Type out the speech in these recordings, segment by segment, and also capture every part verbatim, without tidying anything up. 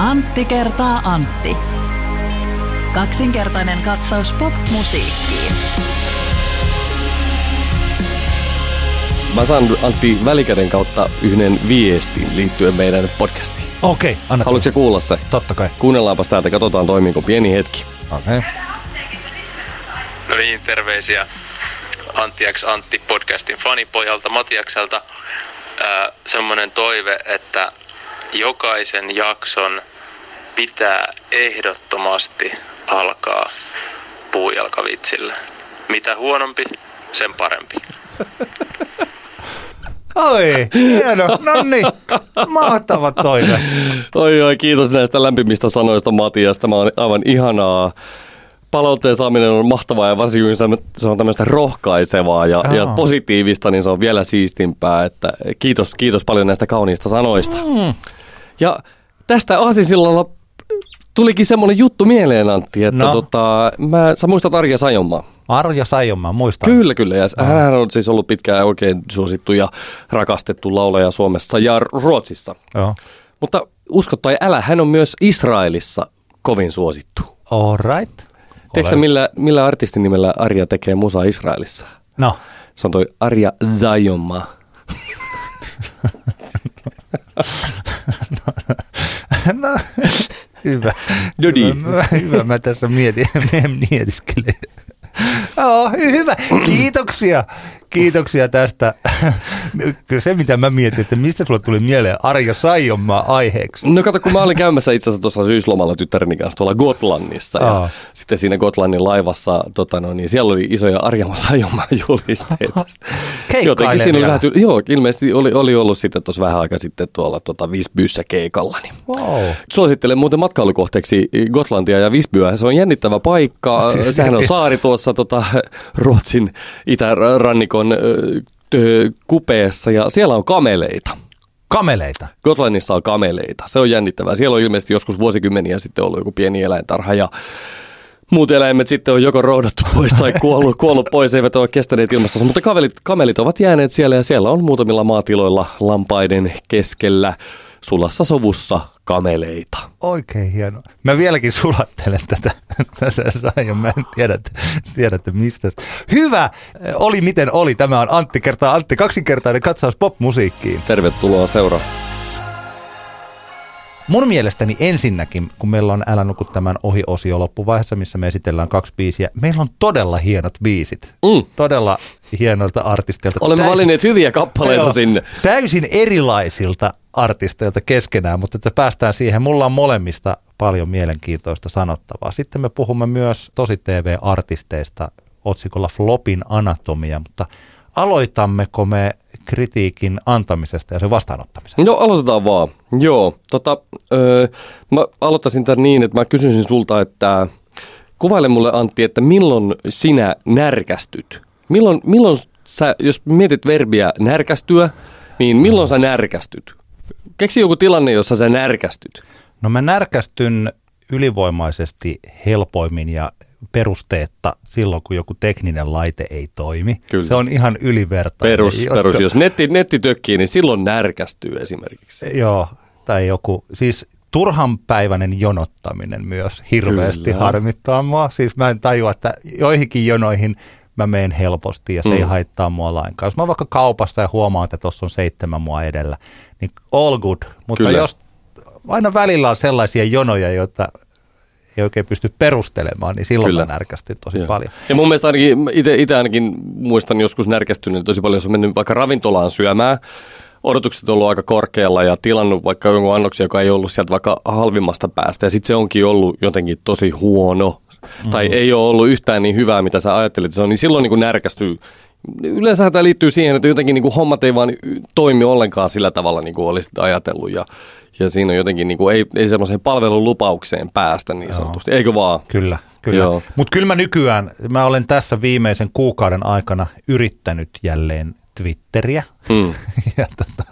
Antti kertaa Antti. Kaksinkertainen katsaus pop-musiikkiin. Mä saan Antti välikäden kautta yhden viestin liittyen meidän podcastiin. Okei, okay, anna. Haluatko kuulla se? Totta kai. Kuunnellaanpas täältä, katsotaan toimiiko pieni hetki. Okei. Okay. No niin, terveisiä Antti X Antti podcastin fanipojalta Matiakselta. Äh, semmoinen toive, että jokaisen jakson pitää ehdottomasti alkaa puujalkavitsillä. Mitä huonompi, sen parempi. Oi, hieno, no niin, mahtava toive. Oi, oi, kiitos näistä lämpimistä sanoista, Matias. Tämä on aivan ihanaa. Palautteen saaminen on mahtavaa ja varsinkin se on tämmöistä rohkaisevaa ja, ja positiivista, niin se on vielä siistimpää. Että kiitos, kiitos paljon näistä kauniista sanoista. Mm. Ja tästä aasinsillalla tulikin semmoinen juttu mieleen, Antti, että no. tota, mä, sä muistat Arja Saijonmaa. Arja Saijonmaa, muistan. Kyllä, kyllä. Ja hän on siis ollut pitkään oikein suosittu ja rakastettu laulaja Suomessa ja Ruotsissa. Joo. Mutta usko tai älä, hän on myös Israelissa kovin suosittu. All right. Tiedätkö millä, millä artistin nimellä Arja tekee musaa Israelissa? No. Se on toi Arja Saijonmaa. no, no, hyvä. No niin. Hyvä, hyvä, mä tässä mietin, mietiskelen. Oh, hyvä. Kiitoksia. Kiitoksia tästä. Kyllä se, mitä mä mietin, että mistä sulle tuli mieleen Arja Saijonmaa aiheeksi? No kato, kun mä olin käymässä itse asiassa tuossa syyslomalla tyttäreni kanssa tuolla Gotlannissa. Ja Aa. sitten siinä Gotlannin laivassa, tota no, niin siellä oli isoja Arja Saijonmaa julisteita. Jotenkin siinä oli vähän, joo, ilmeisesti oli, oli ollut sitten tuossa vähän aika sitten tuolla tota, Visbyssä keikalla. Niin. Wow. Suosittelen muuten matkailukohteeksi Gotlantia ja Visbyä. Se on jännittävä paikka. Sehän on saari tuossa tota, Ruotsin itärannikon kupeessa ja siellä on kameleita. Kameleita? Gotlannissa on kameleita. Se on jännittävää. Siellä on ilmeisesti joskus vuosikymmeniä sitten ollut joku pieni eläintarha ja muut eläimet sitten on joko roudattu pois tai kuollut, kuollut pois, eivät ole kestäneet ilmassa. Mutta kamelit, kamelit ovat jääneet siellä ja siellä on muutamilla maatiloilla lampaiden keskellä sulassa sovussa kameleita. Oikein hieno. Mä vieläkin sulattelen tätä, tätä Saijon. Mä en tiedä, tiedä, mistä. Hyvä! Oli miten oli. Tämä on Antti kertaa Antti, kaksinkertainen katsaus pop-musiikkiin. Tervetuloa seuraan. Mun mielestäni ensinnäkin, kun meillä on Älä nuku tämän ohi-osio loppuvaiheessa, missä me esitellään kaksi biisiä, meillä on todella hienot biisit. Mm. Todella hienoilta artisteilta. Olemme täysin, valinneet hyviä kappaleita joo, sinne. Täysin erilaisilta artisteilta keskenään, mutta että päästään siihen. Mulla on molemmista paljon mielenkiintoista sanottavaa. Sitten me puhumme myös tosi T V-artisteista otsikolla Flopin anatomia, mutta aloitammeko me kritiikin antamisesta ja sen vastaanottamisesta? No aloitetaan vaan. Joo, tota, öö, mä aloittaisin tämän niin, että mä kysyisin sulta, että kuvaile mulle Antti, että milloin sinä närkästyt? Milloin, milloin sä, jos mietit verbiä närkästyä, niin milloin sä närkästyt? Keksi joku tilanne, jossa sä närkästyt. No mä närkästyn ylivoimaisesti helpoimmin ja perusteetta silloin, kun joku tekninen laite ei toimi. Kyllä. Se on ihan ylivertainen. Perus, perus. Jos netti, netti tökkii, niin silloin närkästyy esimerkiksi. Joo, tai joku, siis turhanpäiväinen jonottaminen myös hirveästi Kyllä. harmittaa mua. Siis mä en tajua, että joihinkin jonoihin mä menen helposti ja se mm. ei haittaa mua lainkaan. Jos mä oon vaikka kaupassa ja huomaan, että tuossa on seitsemän mua edellä, niin all good. Mutta Kyllä. jos aina välillä on sellaisia jonoja, joita ei oikein pysty perustelemaan, niin silloin Kyllä. mä närkästyn tosi Joo. paljon. Ja mun mielestä ainakin, itse ainakin muistan joskus närkästyneen tosi paljon, jos on mennyt vaikka ravintolaan syömään, odotukset on ollut aika korkealla ja tilannut vaikka jonkun annoksen, joka ei ollut sieltä vaikka halvimmasta päästä ja sitten se onkin ollut jotenkin tosi huono mm-hmm. tai ei ole ollut yhtään niin hyvää, mitä sä ajattelit, se on, niin silloin niin kuin närkästyy. Yleensä tämä liittyy siihen, että jotenkin niin kuin hommat ei vaan toimi ollenkaan sillä tavalla, niin kuin olisit ajatellut ja Ja siinä on jotenkin, niin kuin, ei, ei semmoiseen palvelulupaukseen päästä niin sanotusti, eikö vaan? Kyllä, kyllä. Mutta kyllä mä nykyään, mä olen tässä viimeisen kuukauden aikana yrittänyt jälleen Twitteriä. Hmm. ja, tota,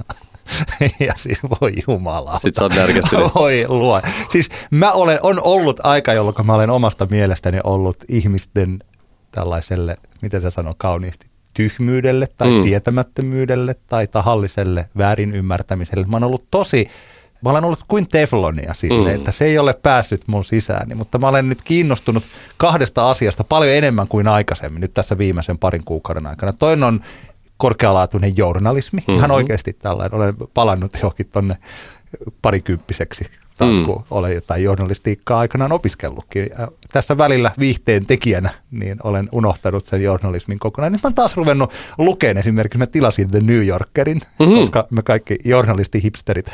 ja siis voi jumalauta. Sitten sä oot närkästynyt. Voi luo. Siis mä olen, on ollut aika, jolloin mä olen omasta mielestäni ollut ihmisten tällaiselle, mitä sä sanoo kauniisti, tyhmyydelle tai mm. tietämättömyydelle tai tahalliselle väärin ymmärtämiselle. Mä oon ollut tosi mä olen ollut kuin teflonia sille, mm. että se ei ole päässyt mun sisääni, mutta mä olen nyt kiinnostunut kahdesta asiasta paljon enemmän kuin aikaisemmin nyt tässä viimeisen parin kuukauden aikana. Toinen on korkealaatuinen journalismi, mm-hmm. ihan oikeasti tällainen. Olen palannut johonkin tonne parikymppiseksi taas, mm. kun olen jotain journalistiikkaa aikanaan opiskellutkin. Ja tässä välillä viihteen tekijänä niin olen unohtanut sen journalismin kokonaan. Nyt mä oon taas ruvennut lukemaan esimerkiksi, mä tilasin The New Yorkerin, mm-hmm. koska me kaikki journalistihipsterit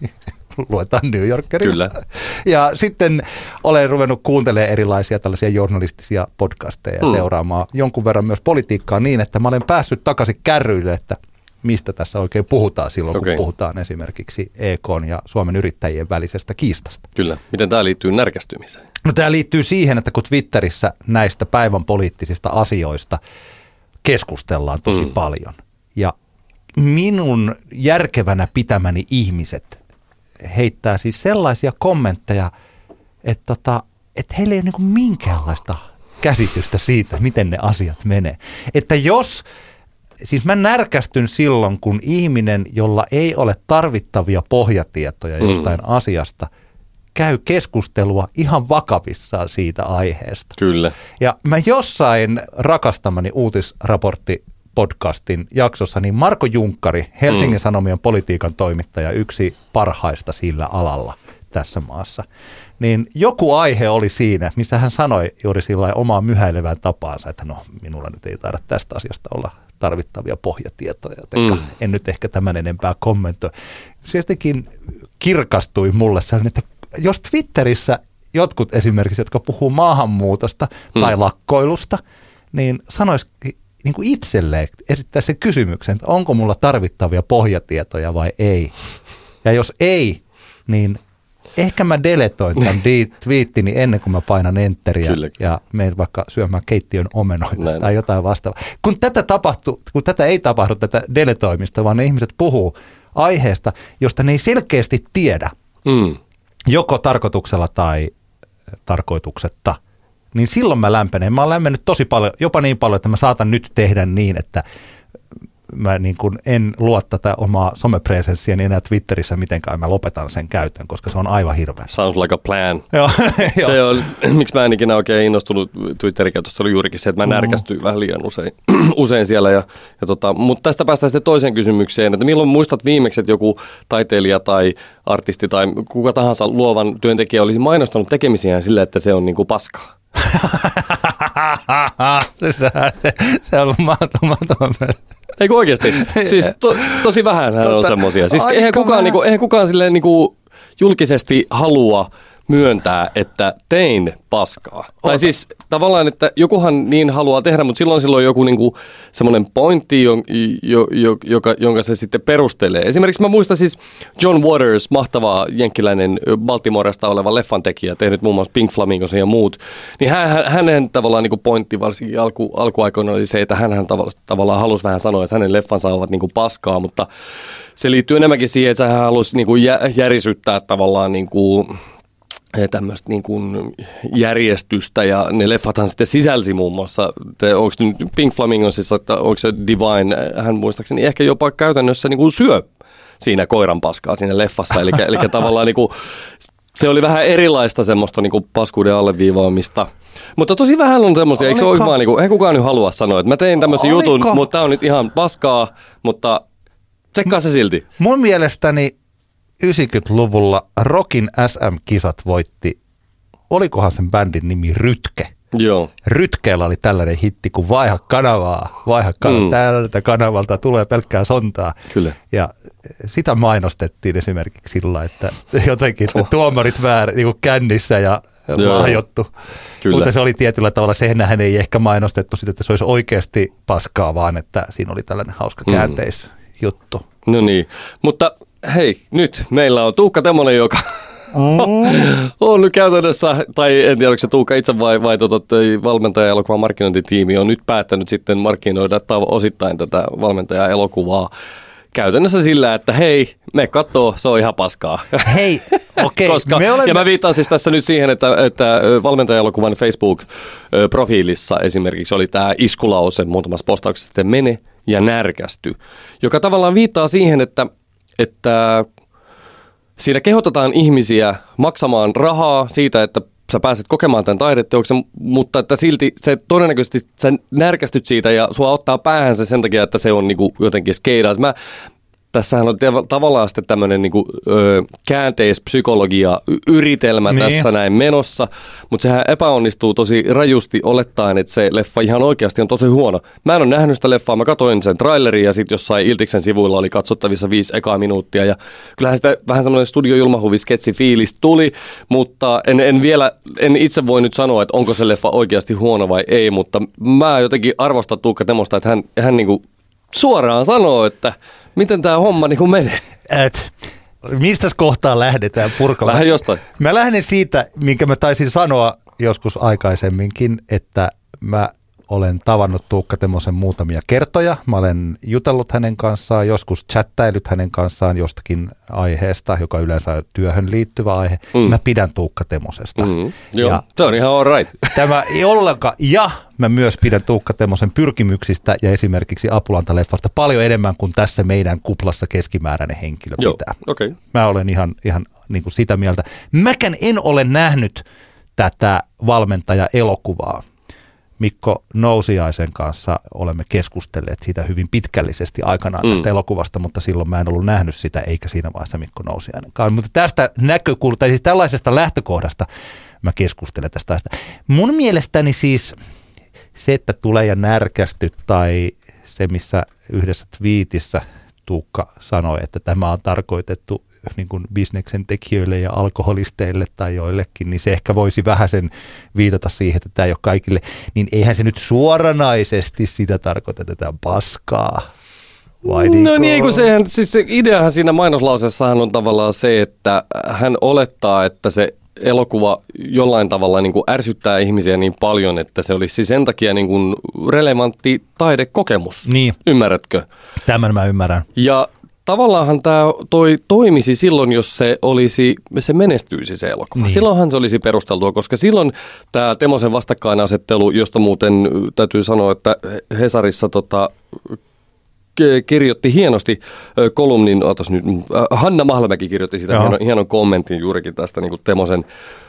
luetaan New Yorkerin. Kyllä. Ja sitten olen ruvennut kuuntelemaan erilaisia tällaisia journalistisia podcasteja ja mm. seuraamaan jonkun verran myös politiikkaa niin, että mä olen päässyt takaisin kärryille, että mistä tässä oikein puhutaan silloin, okay. kun puhutaan esimerkiksi E K:n ja Suomen yrittäjien välisestä kiistasta. Kyllä. Miten tämä liittyy närkästymiseen? No tämä liittyy siihen, että kun Twitterissä näistä päivän poliittisista asioista keskustellaan tosi mm. paljon ja minun järkevänä pitämäni ihmiset heittää siis sellaisia kommentteja, että, tota, että heillä ei ole niinku minkäänlaista käsitystä siitä, miten ne asiat menee. Että jos, siis mä närkästyn silloin, kun ihminen, jolla ei ole tarvittavia pohjatietoja jostain mm. asiasta, käy keskustelua ihan vakavissaan siitä aiheesta. Kyllä. Ja mä jossain rakastamani uutisraportti podcastin jaksossa, niin Marko Junkkari, Helsingin mm. Sanomien politiikan toimittaja, yksi parhaista sillä alalla tässä maassa, niin joku aihe oli siinä, missä hän sanoi juuri sillä omaa myhäilevään tapaansa, että no minulla nyt ei taida tästä asiasta olla tarvittavia pohjatietoja, joten mm. en nyt ehkä tämän enempää kommentoi. Se jotenkin kirkastui mulle sellainen, että jos Twitterissä jotkut esimerkiksi, jotka puhuu maahanmuutosta mm. tai lakkoilusta, niin sanoisikin niin kuin itselleen esittää sen kysymyksen, että onko mulla tarvittavia pohjatietoja vai ei. Ja jos ei, niin ehkä mä deletoin tämän twiittini ennen kuin mä painan enteriä Kyllä. ja menen vaikka syömään keittiön omenoita Näin. tai jotain vastaavaa. Kun tätä, tapahtuu, kun tätä ei tapahdu, tätä deletoimista, vaan ne ihmiset puhuu aiheesta, josta ne ei selkeästi tiedä, mm. joko tarkoituksella tai tarkoituksetta, niin silloin mä lämpenen. Mä oon lämmennyt tosi paljon, jopa niin paljon, että mä saatan nyt tehdä niin, että mä niin kuin en luo tätä omaa somepresenssiäni enää Twitterissä mitenkään, mä lopetan sen käytön, koska se on aivan hirveä. Sounds like a plan. Joo, se on, miksi mä en ikinä oikein innostunut Twitterin käytöstä, oli juurikin se, että mä närkästyin vähän liian usein, usein siellä. Ja, ja tota, mutta tästä päästään sitten toiseen kysymykseen, että milloin muistat viimeksi, että joku taiteilija tai artisti tai kuka tahansa luovan työntekijä olisi mainostanut tekemisiään sillä, että se on niin kuin paskaa? se, se, se on mahtavaa. Eikö oikeasti? Siis to, tosi vähän hän on semmoisia. Siis eihän kukaan, niinku, eihän kukaan silleen niinku julkisesti halua myöntää, että tein paskaa. Ota. Tai siis tavallaan, että jokuhan niin haluaa tehdä, mutta silloin silloin joku niinku semmoinen pointti, jo, jo, jo, joka, jonka se sitten perustelee. Esimerkiksi mä muistan siis John Waters, mahtava jenkkiläinen Baltimoresta oleva leffantekijä, tehnyt muun muassa Pink Flamingosen ja muut. Niin hän, hänen tavallaan niinku pointti varsinkin alku, alkuaikoina oli se, että hän tavallaan, tavallaan halusi vähän sanoa, että hänen leffansa ovat niinku paskaa, mutta se liittyy enemmänkin siihen, että hän halusi niinku järisyttää tavallaan niinku tämmöistä niin kuin järjestystä ja ne leffathan sitten sisälsi muun muassa, onko nyt Pink Flamingosissa, että onko se Divine, hän muistaakseni ehkä jopa käytännössä niin kuin syö siinä koiran paskaa siinä leffassa, eli, eli tavallaan niin kuin, se oli vähän erilaista semmoista niin kuin paskuuden alleviivaamista. Mutta tosi vähän on semmoisia, eikö se ole vaan, niin kuin, ei kukaan nyt halua sanoa, että mä tein tämmöisen Oliko? jutun, mutta tää on nyt ihan paskaa, mutta tsekkaa se silti. Mun mielestäni yhdeksänkymmentäluvulla Rockin S M-kisat voitti, olikohan sen bändin nimi Rytke? Joo. Rytkeellä oli tällainen hitti kuin Vaiha kanavaa, vaiha kanavaa, mm. tältä kanavalta tulee pelkkää sontaa. Kyllä. Ja sitä mainostettiin esimerkiksi sillä, että jotenkin oh. tuomarit väärä, niin kuin kännissä ja lahjottu. Mutta se oli tietyllä tavalla, sehän ei ehkä mainostettu sitä, että se olisi oikeasti paskaa, vaan että siinä oli tällainen hauska mm. käänteisjuttu. No niin, mutta hei, nyt meillä on Tuukka Temmonen, joka mm. on nyt käytännössä, tai en tiedä, onko se Tuukka itse vai, vai tuota, valmentaja-elokuvan markkinointitiimi on nyt päättänyt sitten markkinoida osittain tätä valmentaja-elokuvaa käytännössä sillä, että hei, me katsoo, se on ihan paskaa. Hei, okei. Okay, me olemme... Ja mä viittaan siis tässä nyt siihen, että, että valmentaja-elokuvan Facebook-profiilissa esimerkiksi oli tämä iskulause muutamassa postauksessa, että mene ja närkästy, joka tavallaan viittaa siihen, että että siinä kehotetaan ihmisiä maksamaan rahaa siitä, että sä pääset kokemaan tämän taideteoksen, mutta että silti se todennäköisesti sä närkästyt siitä ja sua ottaa päähänsä sen takia, että se on niinku jotenkin skeidaus. Mä Tässähän on tavallaan sitten tämmöinen niinku, ö, käänteispsykologia-yritelmä niin. tässä näin menossa, mutta sehän epäonnistuu tosi rajusti olettaen, että se leffa ihan oikeasti on tosi huono. Mä en ole nähnyt sitä leffaa, mä katsoin sen trailerin ja sitten jossain Iltiksen sivuilla oli katsottavissa viisi ekaa minuuttia ja kyllähän sitä vähän semmoinen studio-julmahuvi-sketsi fiilis tuli, mutta en, en vielä, en itse voi nyt sanoa, että onko se leffa oikeasti huono vai ei, mutta mä jotenkin arvostan Tuukka Temosta, että hän, hän niinku suoraan sanoo, että miten tämä homma niin kuin menee? Et, mistä kohtaa lähdetään purkamaan? Lähden jostain. Mä lähden siitä, minkä mä taisin sanoa joskus aikaisemminkin, että mä olen tavannut Tuukka Temosen muutamia kertoja. Mä olen jutellut hänen kanssaan, joskus chattailut hänen kanssaan jostakin aiheesta, joka yleensä on työhön liittyvä aihe. Mm. Mä pidän Tuukka Temosesta. Mm. Joo, ja se on ihan all right. Tämä ei ollenkaan. Ja mä myös pidän Tuukka Temosen pyrkimyksistä ja esimerkiksi Apulanta-leffasta paljon enemmän kuin tässä meidän kuplassa keskimääräinen henkilö Joo, pitää. Okay. Mä olen ihan, ihan niin kuin sitä mieltä. Mäkään en ole nähnyt tätä valmentaja-elokuvaa. Mikko Nousiaisen kanssa olemme keskustelleet siitä hyvin pitkällisesti aikanaan mm. tästä elokuvasta, mutta silloin mä en ollut nähnyt sitä, eikä siinä vaiheessa Mikko Nousiainenkaan. Mutta tästä näkökulmasta, siis tällaisesta lähtökohdasta mä keskustelen tästä. Mun mielestäni siis se, että tulee ja närkästyt tai se, missä yhdessä twiitissä Tuukka sanoi, että tämä on tarkoitettu niin kuin bisneksen tekijöille ja alkoholisteille tai joillekin, niin se ehkä voisi vähän sen viitata siihen, että tämä ei ole kaikille, niin eihän se nyt suoranaisesti sitä tarkoita, että tämä on paskaa. Vai no niin, kun sehän, siis se ideahan siinä mainoslauseessahan on tavallaan se, että hän olettaa, että se elokuva jollain tavalla niin kuin ärsyttää ihmisiä niin paljon, että se olisi sen takia niin kuin relevantti taidekokemus. Niin. Ymmärrätkö? Tämän mä ymmärrän. Ja tavallaanhan tämä toi, toimisi silloin, jos se olisi, se menestyisi se elokuva. Niin. Silloinhan se olisi perusteltua, koska silloin tämä Temosen vastakkainasettelu, josta muuten täytyy sanoa, että Hesarissa tota, kirjoitti hienosti kolumnin, otas nyt, Hanna Mahlamäki kirjoitti sitä hienon, hienon kommentin juurikin tästä niin kuin Temosen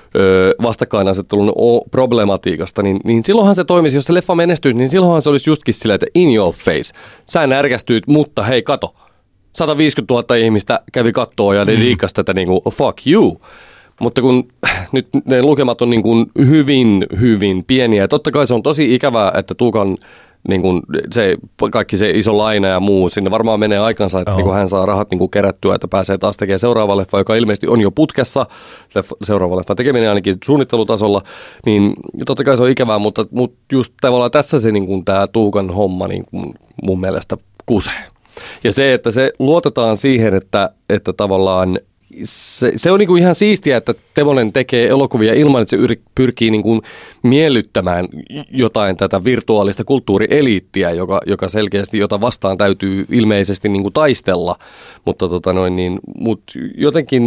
vastakkainasettelun problematiikasta, niin, niin silloinhan se toimisi, jos se leffa menestyisi, niin silloinhan se olisi justkin sillä, että in your face. Sä närkästyit, mutta hei kato. sata viisikymmentätuhatta ihmistä kävi kattoo ja ne mm. liikas tätä niin kuin fuck you. Mutta kun nyt ne lukemat on niin kuin hyvin, hyvin pieniä. Totta kai se on tosi ikävää, että Tuukan niin kuin se, kaikki se iso laina ja muu, sinne varmaan menee aikansa, että oh. niin kuin hän saa rahat niin kuin kerättyä, että pääsee taas tekemään seuraava leffa, joka ilmeisesti on jo putkessa, leffa, seuraava leffa tekeminen ainakin suunnittelutasolla, niin totta kai se on ikävää, mutta, mutta just tavallaan tässä se niin kuin tämä Tuukan homma niin kuin mun mielestä kusee. Ja se, että se luotetaan siihen, että, että tavallaan se, se on niin kuin ihan siistiä, että Temonen tekee elokuvia ilman, että se yri, pyrkii niin kuin miellyttämään jotain tätä virtuaalista kulttuurieliittiä, joka, joka selkeästi, jota vastaan täytyy ilmeisesti niin kuin taistella. Mutta tota noin, niin, mut jotenkin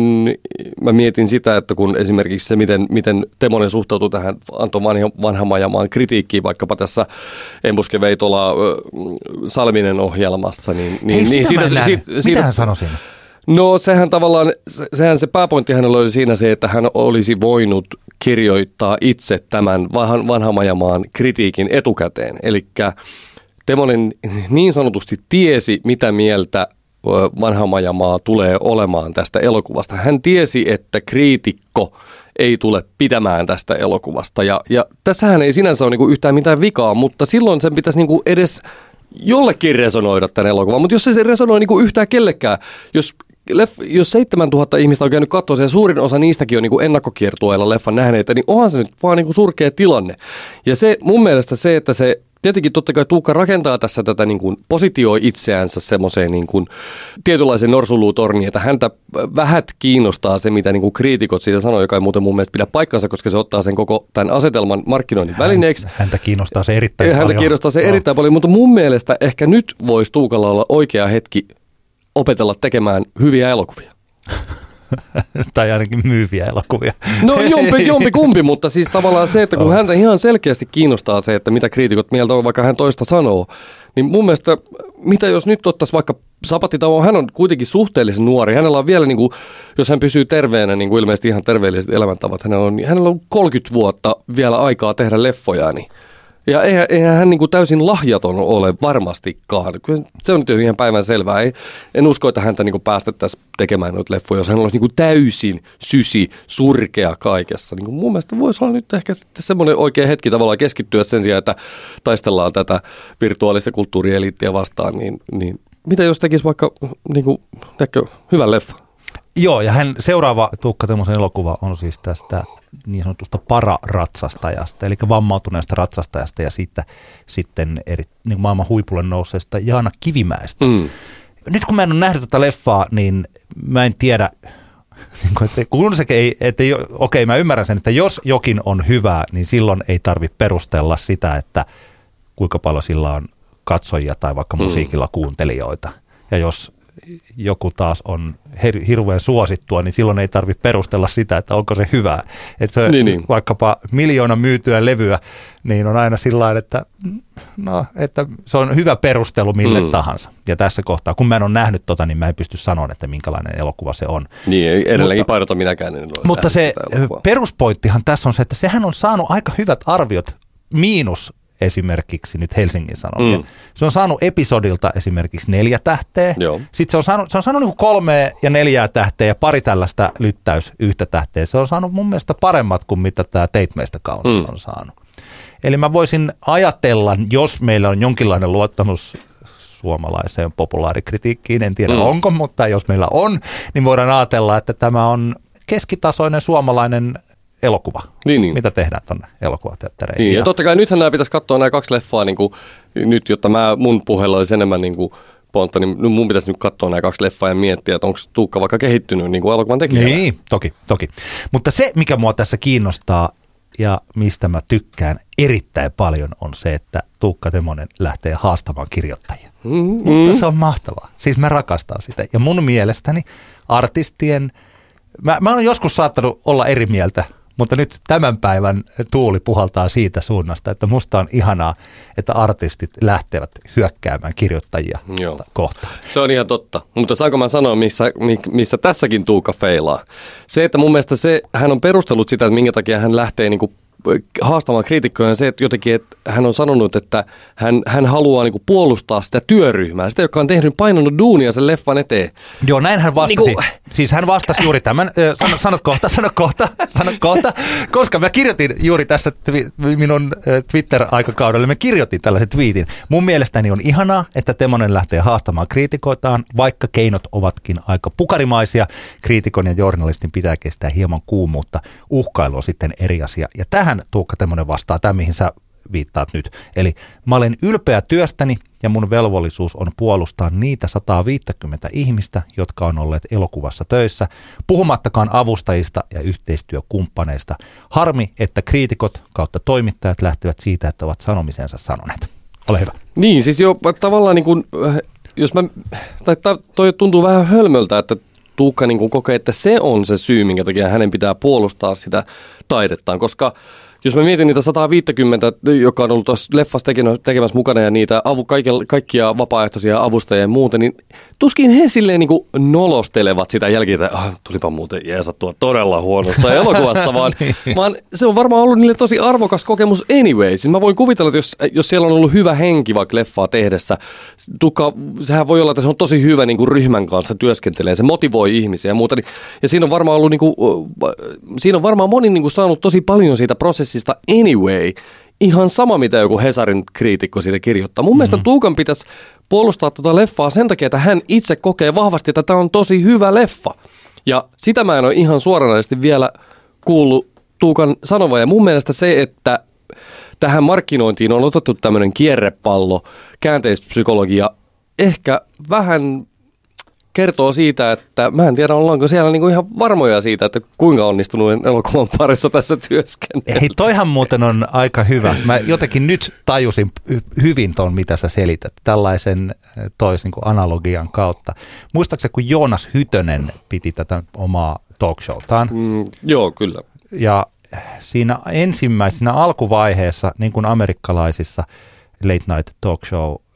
mä mietin sitä, että kun esimerkiksi se, miten, miten Temonen suhtautuu tähän Anton Vanhamajamaan kritiikkiin, vaikkapa tässä Embuske Veitola Salminen ohjelmassa, niin, niin, Hei, niin siitä, siitä, siitä, mitä hän sanoi siinä? No sehän tavallaan, sehän se pääpointti hänellä oli siinä se, että hän olisi voinut kirjoittaa itse tämän Vanhamajamaan kritiikin etukäteen. Eli Temonen niin sanotusti tiesi, mitä mieltä Vanhamajamaa tulee olemaan tästä elokuvasta. Hän tiesi, että kriitikko ei tule pitämään tästä elokuvasta. Ja, ja tässähän ei sinänsä ole niinku yhtään mitään vikaa, mutta silloin sen pitäisi niinku edes jollekin resonoida tämän elokuvan. Mutta jos se, se resonoi niinku yhtään kellekään, jos Leff, jos seitsemäntuhatta ihmistä on käynyt katsoa ja suurin osa niistäkin on niin kuin ennakkokiertueella leffan nähneitä, niin onhan se nyt vaan niin kuin surkea tilanne. Ja se mun mielestä se, että se tietenkin totta kai Tuukka rakentaa tässä tätä niin kuin positioi itseänsä semmoiseen niin kuin tietynlaisen norsuluutorniin, että häntä vähät kiinnostaa se, mitä niin kuin kriitikot siitä sanoo, joka ei muuten mun mielestä pidä paikkansa, koska se ottaa sen koko tämän asetelman markkinoinnin välineeksi. Häntä kiinnostaa se erittäin häntä paljon. Häntä kiinnostaa se no. erittäin paljon, mutta mun mielestä ehkä nyt voisi Tuukalla olla oikea hetki opetella tekemään hyviä elokuvia. Tai ainakin myyviä elokuvia. No jompi, jompi kumpi, mutta siis tavallaan se, että kun oh. häntä ihan selkeästi kiinnostaa se, että mitä kriitikot mieltä on, vaikka hän toista sanoo, Niin mun mielestä, mitä jos nyt ottaisiin vaikka sapattitauon, hän on kuitenkin suhteellisen nuori. Hänellä on vielä, niin kuin, jos hän pysyy terveenä, niin kuin ilmeisesti ihan terveelliset elämäntavat, hänellä on, hänellä on kolmekymmentä vuotta vielä aikaa tehdä leffoja. Niin. Ja eihän, eihän hän niin kuin täysin lahjaton ole varmastikaan. Kyllä se on nyt ihan päivän selvää. Ei, en usko, että häntä niin kuin päästettäisiin tekemään noita leffoja, jos hän olisi niin kuin täysin sysi, surkea kaikessa. Niin kuin mun mielestä voisi olla nyt ehkä semmoinen oikea hetki tavallaan keskittyä sen sijaan, että taistellaan tätä virtuaalista kulttuurieliittiä vastaan. Niin, niin mitä jos tekisi vaikka niin kuin, näkö, hyvän leffa? Joo, ja hän seuraava Tuukka Temosen elokuva on siis tästä niin sanotusta pararatsastajasta, eli vammautuneesta ratsastajasta ja siitä sitten eri, niin maailman huipulle nousseesta Jaana Kivimäestä. Mm. Nyt kun mä en ole nähnyt tätä leffaa, niin mä en tiedä, että kun se ei, että okei, mä ymmärrän sen, että jos jokin on hyvää, niin silloin ei tarvitse perustella sitä, että kuinka paljon sillä on katsojia tai vaikka mm. musiikilla kuuntelijoita. Ja jos joku taas on hirveän suosittua, niin silloin ei tarvitse perustella sitä, että onko se hyvää. Että se, niin, niin. Vaikkapa miljoona myytyä levyä, niin on aina sillain, että, no, että se on hyvä perustelu mille mm. tahansa. Ja tässä kohtaa, kun mä en ole nähnyt tota, niin mä en pysty sanoa, että minkälainen elokuva se on. Niin, ei edelleenkin painota minäkään. En mutta se peruspointtihan tässä on se, että sehän on saanut aika hyvät arviot, miinus esimerkiksi nyt Helsingin Sanomia. Mm. Se on saanut episodilta esimerkiksi neljä tähteä. Joo. Sitten se on saanut, se on saanut niin kolme ja neljää tähteä ja pari tällaista lyttäys yhtä tähteä. Se on saanut mun mielestä paremmat kuin mitä tämä Teit meistä kaunis mm. on saanut. Eli mä voisin ajatella, jos meillä on jonkinlainen luottamus suomalaiseen populaarikritiikkiin, en tiedä mm. onko, mutta jos meillä on, niin voidaan ajatella, että tämä on keskitasoinen suomalainen elokuva. Niin, niin. Mitä tehdään tuonne elokuvateattereihin. Niin, ja totta kai nythän nämä pitäisi katsoa nämä kaksi leffaa niin kuin, nyt, jotta mä, mun puheella olisi enemmän niin kuin pontta, niin mun pitäisi nyt katsoa nämä kaksi leffaa ja miettiä, että onko Tuukka vaikka kehittynyt niin kuin elokuvan tekijänä. Niin, toki, toki. Mutta se, mikä mua tässä kiinnostaa ja mistä mä tykkään erittäin paljon, on se, että Tuukka Temonen lähtee haastamaan kirjoittajia. Mm-hmm. Mutta se on mahtavaa. Siis mä rakastan sitä. Ja mun mielestäni artistien, mä, mä olen joskus saattanut olla eri mieltä, mutta nyt tämän päivän tuuli puhaltaa siitä suunnasta, että musta on ihanaa, että artistit lähtevät hyökkäämään kirjoittajia Joo. kohtaan. Se on ihan totta, mutta saanko mä sanoa, missä, missä tässäkin Tuukka feilaa? Se, että mun mielestä se, hän on perustellut sitä, että minkä takia hän lähtee niinku haastamaan kriitikkoja, se, että jotenkin, että hän on sanonut, että hän, hän haluaa niinku puolustaa sitä työryhmää, sitä, joka on tehnyt painanut duunia sen leffan eteen. Joo, näin hän vastasi. Niinku, siis hän vastasi juuri tämän, sano, sano kohta, sano kohta, sano kohta, koska mä kirjoitin juuri tässä twi- minun Twitter-aikakaudella, mä kirjoitin tällaisen tweetin. Mun mielestäni on ihanaa, että Temonen lähtee haastamaan kriitikoitaan, vaikka keinot ovatkin aika pukarimaisia. Kriitikon ja journalistin pitää kestää hieman kuumuutta. Uhkailu on sitten eri asia. Ja tähän Tuukka Temonen vastaa, tämä mihin sä viittaat nyt. Eli mä olen ylpeä työstäni ja mun velvollisuus on puolustaa niitä sata viisikymmentä ihmistä, jotka on olleet elokuvassa töissä, puhumattakaan avustajista ja yhteistyökumppaneista. Harmi, että kriitikot kautta toimittajat lähtevät siitä, että ovat sanomisensa sanoneet. Ole hyvä. Niin, siis jo tavallaan niin kuin, jos mä, tai toi tuntuu vähän hölmöltä, että Tuukka niin kuin kokee, että se on se syy, minkä takia hänen pitää puolustaa sitä taidettaan, koska jos mä mietin niitä sata viisikymmentä, joka on ollut tuossa leffassa tekemässä mukana ja niitä avu, kaikkia vapaaehtoisia avustajia ja muuta, niin tuskin he silleen niin kuin nolostelevat sitä jälkeen, että ah, tulipa muuten jeesattua todella huonossa elokuvassa, vaan, niin. vaan se on varmaan ollut niille tosi arvokas kokemus anyway. Siis mä voin kuvitella, että jos, jos siellä on ollut hyvä henki vaikka leffaa tehdessä, Tuukka, sehän voi olla, että se on tosi hyvä niin kuin ryhmän kanssa työskentelee, se motivoi ihmisiä ja muuta. Niin, ja siinä on varmaan ollut, niin kuin, siinä on varmaan moni niin kuin saanut tosi paljon siitä prosessista anyway, ihan sama mitä joku Hesarin kriitikko siitä kirjoittaa. Mun mm-hmm. mielestä Tuukan pitäisi puolustaa tuota leffaa sen takia, että hän itse kokee vahvasti, että tämä on tosi hyvä leffa. Ja sitä mä en ole ihan suoranaisesti vielä kuullut Tuukan sanovan. Ja mun mielestä se, että tähän markkinointiin on otettu tämmöinen kierrepallo, käänteispsykologia, ehkä vähän kertoo siitä, että mä en tiedä, ollaanko siellä niinku ihan varmoja siitä, että kuinka onnistunut elokuvan parissa tässä työskennellä. Hei, toihan muuten on aika hyvä. Mä jotenkin nyt tajusin hyvin ton, mitä sä selität, tällaisen tois niinku analogian kautta. Muistaakseni, kun Joonas Hytönen piti tätä omaa talkshowtaan? Mm, joo, kyllä. Ja siinä ensimmäisenä alkuvaiheessa, niin kuin amerikkalaisissa late night talk show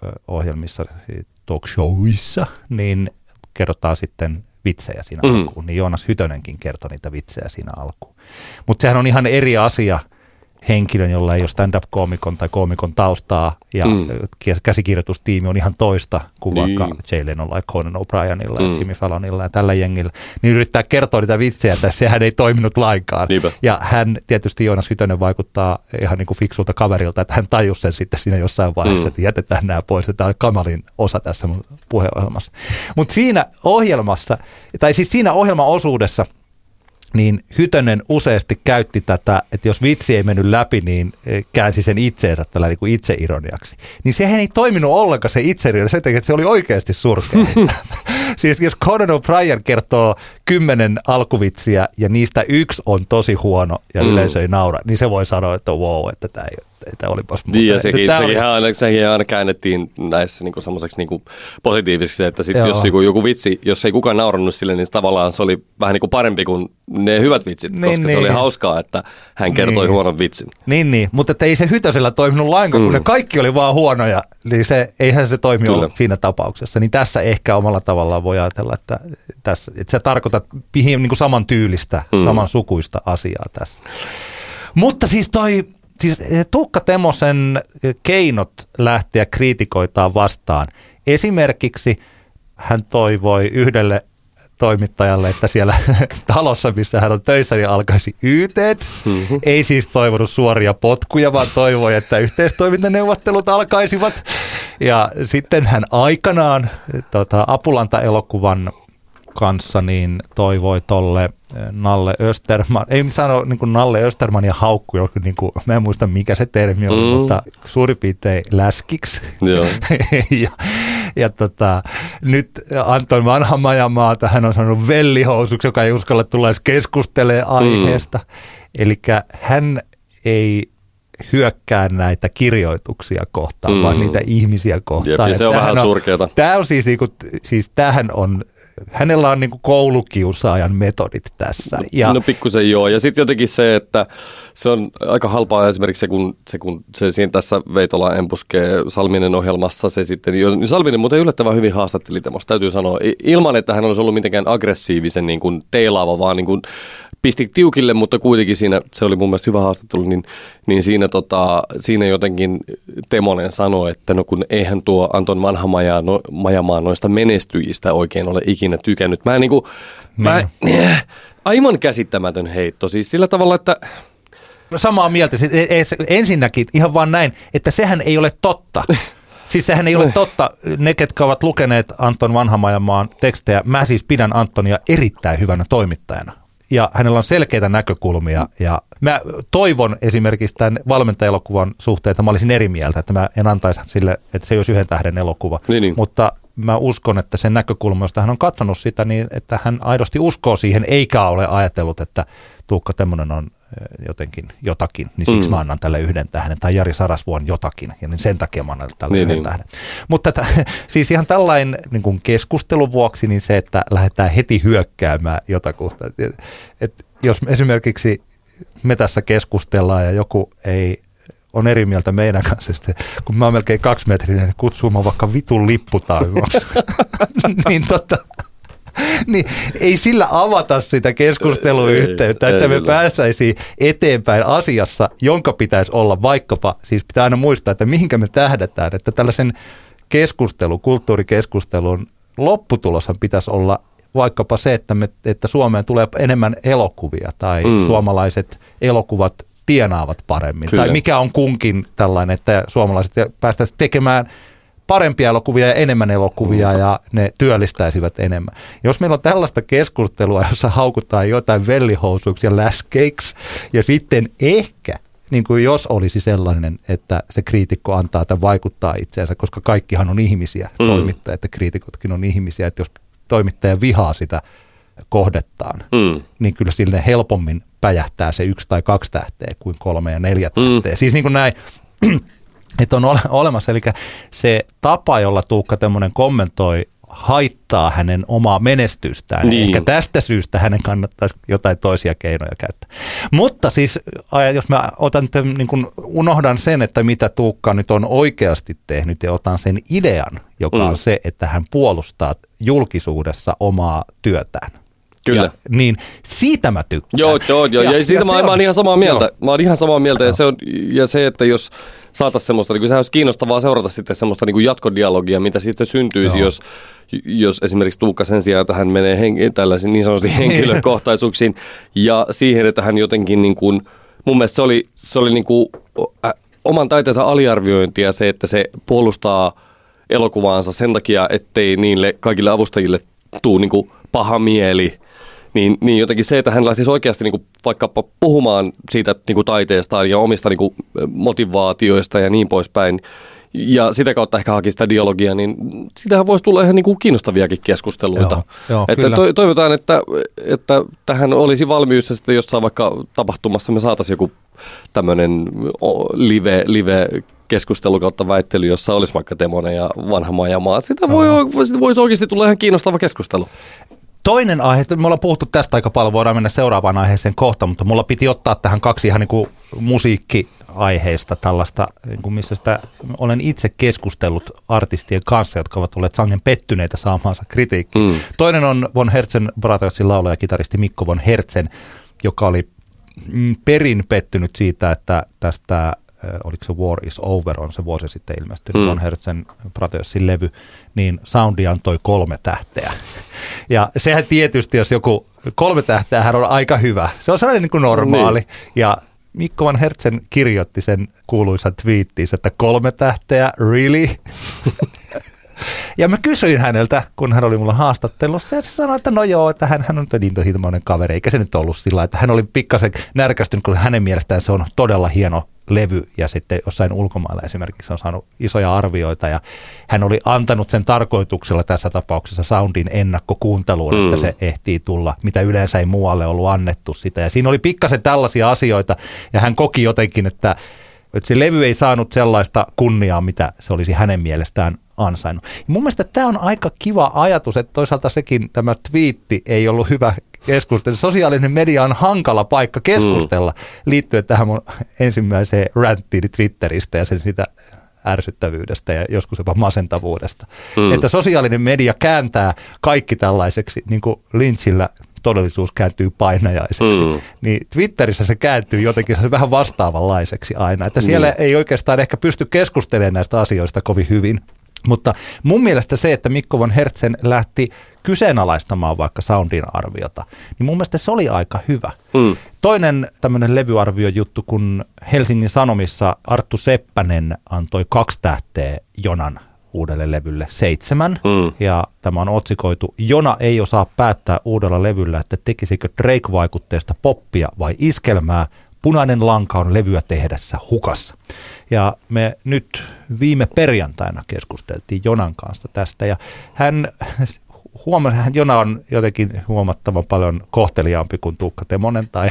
ohjelmissa, talk showissa, niin kerrotaan sitten vitsejä siinä mm. alkuun. Niin Joonas Hytönenkin kertoi niitä vitsejä siinä alkuun. Mutta sehän on ihan eri asia henkilön, jolla ei ole stand-up-koomikon tai koomikon taustaa ja mm. käsikirjoitustiimi on ihan toista kuin niin. vaikka Jay Lenolla ja Conan O'Brienilla mm. ja Jimmy Fallonilla ja tällä jengillä, niin yrittää kertoa niitä vitsejä, että sehän ei toiminut lainkaan. Niinpä. Ja hän tietysti, Joonas Hytönen, vaikuttaa ihan niin kuin fiksulta kaverilta, että hän tajusi sen sitten siinä jossain vaiheessa, mm. että jätetään nämä pois, että tämä on kamalin osa tässä mun puheohjelmassa. Mutta siinä ohjelmassa, tai siis siinä ohjelmaosuudessa, niin Hytönen useasti käytti tätä, että jos vitsi ei mennyt läpi, niin käänsi sen itseensä tällä niin kuin itseironiaksi. Niin sehän ei toiminut ollenkaan se itseironia, sen takia, että se oli oikeasti surkea. Siis jos Conan O'Brien kertoo kymmenen alkuvitsiä ja niistä yksi on tosi huono ja mm. yleisö ei naura, niin se voi sanoa, että wow, että tämä ei Tämä olipas muuta. Niin ja sekin, sekin, oli... aina, sekin aina käännettiin näissä niin semmoiseksi niin positiiviseksi, että sit jos niin joku vitsi, jos ei kukaan naurannut sille, niin tavallaan se oli vähän niin kuin parempi kuin ne hyvät vitsit, niin, koska niin. se oli hauskaa, että hän kertoi niin. huonon vitsin. Niin, niin. Mutta että ei se Hytösellä toiminut lainkaan, mm. kun ne kaikki oli vaan huonoja, niin se, eihän se toimi ollut siinä tapauksessa. Niin tässä ehkä omalla tavallaan voi ajatella, että, tässä, että sä tarkoitat niin kuin saman tyylistä, mm. saman sukuista asiaa tässä. Mutta siis toi... Siis Tuukka Temosen keinot lähteä kriitikoitaan vastaan. Esimerkiksi hän toivoi yhdelle toimittajalle, että siellä talossa, missä hän on töissä, niin alkaisi yteet. Mm-hmm. Ei siis toivonut suoria potkuja, vaan toivoi, että yhteistoimintaneuvottelut alkaisivat. Ja sitten hän aikanaan tota, Apulanta-elokuvan kanssa niin toivoi tolle Nalle Österman, ei sano niin kuin Nalle Österman ja haukku, joku, niin kuin, mä en muista mikä se termi on, mm. mutta suurin piirtein läskiksi. ja ja tota, nyt Anton Vanhamajanmaata hän on sanonut vellihousuksi, joka ei uskalla tulla edes keskustelemaan aiheesta. Mm. Eli hän ei hyökkää näitä kirjoituksia kohtaan, mm. vaan niitä ihmisiä kohtaan. Jep, ja se on vähän surkeata. Tämä on siis, niin kuin, siis tämähän on hänellä on niin kuin koulukiusaajan metodit tässä. Ja no pikkusen joo. Ja sitten jotenkin se, että se on aika halpaa esimerkiksi se, kun se, kun se siinä tässä Veitola empuskee Salminen ohjelmassa. Se sitten, niin Salminen muuten yllättävän hyvin haastatteli Temosta, täytyy sanoa. Ilman, että hän olisi ollut mitenkään aggressiivisen niin kuin teilaava, vaan niin kuin pisti tiukille, mutta kuitenkin siinä, se oli mun mielestä hyvä haastattelu, niin, niin siinä, tota, siinä jotenkin Temonen sanoi, että no kun eihän tuo Anton Vanhamaja no, Majamaa noista menestyjistä oikein ole ikinä tykännyt. Mä niin kuin, mä, aivan käsittämätön heitto, siis sillä tavalla, että... No samaa mieltä, ensinnäkin ihan vaan näin, että sehän ei ole totta. Siis sehän ei ole totta. Ne, ketkä ovat lukeneet Anton Vanhamajamaan tekstejä, mä siis pidän Antonia erittäin hyvänä toimittajana. Ja hänellä on selkeitä näkökulmia ja mä toivon esimerkiksi tämän valmentajaelokuvan suhteen, että mä olisin eri mieltä, että mä en antaisi sille, että se ei olisi yhden tähden elokuva. Niin, niin. Mutta mä uskon, että sen näkökulma, josta hän on katsonut sitä, niin että hän aidosti uskoo siihen, eikä ole ajatellut, että Tuukka Temonen on jotenkin jotakin, niin siksi mm. mä annan tälle yhden tähden, tai Jari Sarasvuon jotakin, ja niin sen takia mä annan tälle niin, yhden niin. tähden. Mutta t- siis ihan tällainen niin kuin keskustelun vuoksi, niin se, että lähdetään heti hyökkäämään jotakuta. Et, et jos esimerkiksi me tässä keskustellaan, ja joku ei on eri mieltä meidän kanssa, sitten, kun mä oon melkein kaksimetrinen, niin kutsuu mä vaikka vitun lipputaivaksi. niin tota... niin ei sillä avata sitä keskusteluyhteyttä, että me päästäisiin eteenpäin asiassa, jonka pitäisi olla vaikkapa, siis pitää aina muistaa, että mihinkä me tähdätään, että tällaisen keskustelun, kulttuurikeskustelun lopputuloshan pitäisi olla vaikkapa se, että, me, että Suomeen tulee enemmän elokuvia tai mm. suomalaiset elokuvat tienaavat paremmin. Kyllä. Tai mikä on kunkin tällainen, että suomalaiset päästäisiin tekemään parempia elokuvia ja enemmän elokuvia ja ne työllistäisivät enemmän. Jos meillä on tällaista keskustelua, jossa haukutaan jotain vellihousuiksi ja läskeiksi ja sitten ehkä, niin kuin jos olisi sellainen, että se kriitikko antaa tai vaikuttaa itseensä, koska kaikkihan on ihmisiä, mm. toimittajat ja kriitikotkin on ihmisiä, että jos toimittaja vihaa sitä kohdettaan, mm. niin kyllä sille helpommin päjähtää se yksi tai kaksi tähteä kuin kolme ja neljä tähteä. Mm. Siis niin kuin näin... että on ole, olemassa, eli se tapa, jolla Tuukka Temonen kommentoi haittaa hänen omaa menestystään. Niin. Ehkä tästä syystä hänen kannattaisi jotain toisia keinoja käyttää. Mutta siis, jos mä otan, niin kun unohdan sen, että mitä Tuukka nyt on oikeasti tehnyt ja otan sen idean, joka mm. on se, että hän puolustaa julkisuudessa omaa työtään. Kyllä. Ja, niin siitä mä tykkään. Joo, joo, joo. Ja, ja siitä ja mä, mä oon ihan samaa mieltä. Joo. Mä oon ihan samaa mieltä. Ja se, on, ja se, että jos saataisiin semmoista, niin sehän olisi kiinnostavaa seurata sitten semmoista niin kuin jatkodialogia, mitä sitten syntyisi, jos, jos esimerkiksi Tuukka sen sijaan, että hän menee hen, tällaisiin niin sanotusti henkilökohtaisuuksiin ja siihen, että hän jotenkin niin kuin, mun mielestä se oli, se oli niin kuin, äh, oman taiteensa aliarviointia se, että se puolustaa elokuvaansa sen takia, ettei niille kaikille avustajille tule niin kuin paha mieli. Niin, niin jotenkin se, että hän lähtisi oikeasti niin kuin vaikkapa puhumaan siitä niin kuin taiteestaan ja omista niin kuin motivaatioista ja niin poispäin, ja sitä kautta ehkä hakisi sitä dialogia, niin sitähän voisi tulla ihan niin kuin kiinnostaviakin keskusteluita. Joo, joo, että to, toivotaan, että, että tähän olisi valmius, ja sitten jossain vaikka tapahtumassa me saataisiin joku tämmöinen live, live keskustelu kautta väittely, jossa olisi vaikka Temonen ja vanha Majamaa. Sitä voi, voisi oikeasti tulla ihan kiinnostava keskustelu. Toinen aihe, me ollaan puhuttu tästä aika paljon, voidaan mennä seuraavaan aiheeseen kohta, mutta mulla piti ottaa tähän kaksi ihan niin kuin musiikkiaiheista tällaista, niin kuin missä sitä olen itse keskustellut artistien kanssa, jotka ovat olleet sangen pettyneitä saamaansa kritiikkiä. Mm. Toinen on Von Herzen Brothersin laulaja ja kitaristi Mikko Von Herzen, joka oli perin pettynyt siitä, että tästä oliko se War is Over, on se vuosi sitten ilmestynyt, mm. Von Herzen Brothersin levy, niin soundi antoi kolme tähteä. Ja sehän tietysti, jos joku kolme tähteä, hän on aika hyvä. Se on sellainen niin kuin normaali. Niin. Ja Mikko Von Herzen kirjoitti sen kuuluisan twiittiinsä, että kolme tähteä, really? Ja mä kysyin häneltä, kun hän oli mulla haastattelussa, ja se sanoi, että no joo, että hän, hän on niin tohimoinen kaveri, eikä se nyt ollut sillä, että hän oli pikkasen närkästynyt, kun hänen mielestään se on todella hieno levy, ja sitten jossain ulkomailla esimerkiksi on saanut isoja arvioita, ja hän oli antanut sen tarkoituksella tässä tapauksessa soundin ennakkokuunteluun, mm. että se ehtii tulla, mitä yleensä ei muualle ollut annettu sitä, ja siinä oli pikkasen tällaisia asioita, ja hän koki jotenkin, että, että se levy ei saanut sellaista kunniaa, mitä se olisi hänen mielestään ansainnut. Ja mun mielestä tämä on aika kiva ajatus, että toisaalta sekin tämä twiitti ei ollut hyvä keskustelu. Sosiaalinen media on hankala paikka keskustella mm. liittyen tähän mun ensimmäiseen ranttiin Twitteristä ja sen sitä ärsyttävyydestä ja joskus jopa masentavuudesta. Mm. Että sosiaalinen media kääntää kaikki tällaiseksi, niin kuin Lynchillä todellisuus kääntyy painajaiseksi, mm. niin Twitterissä se kääntyy jotenkin se vähän vastaavanlaiseksi aina. Että siellä mm. ei oikeastaan ehkä pysty keskustelemaan näistä asioista kovin hyvin. Mutta mun mielestä se, että Mikko Von Herzen lähti kyseenalaistamaan vaikka soundin arviota, niin mun mielestä se oli aika hyvä. Mm. Toinen tämmöinen levyarviojuttu, kun Helsingin Sanomissa Arttu Seppänen antoi kaksi tähteä Jonan uudelle levylle seitsemän. Mm. Ja tämä on otsikoitu, Jona ei osaa päättää uudella levyllä, että tekisikö Drake-vaikutteesta poppia vai iskelmää. Punainen lanka on levyä tehdessä hukassa. Ja me nyt viime perjantaina keskusteltiin Jonan kanssa tästä, ja hän huomasi, että Jona on jotenkin huomattavan paljon kohteliaampi kuin Tuukka Temonen tai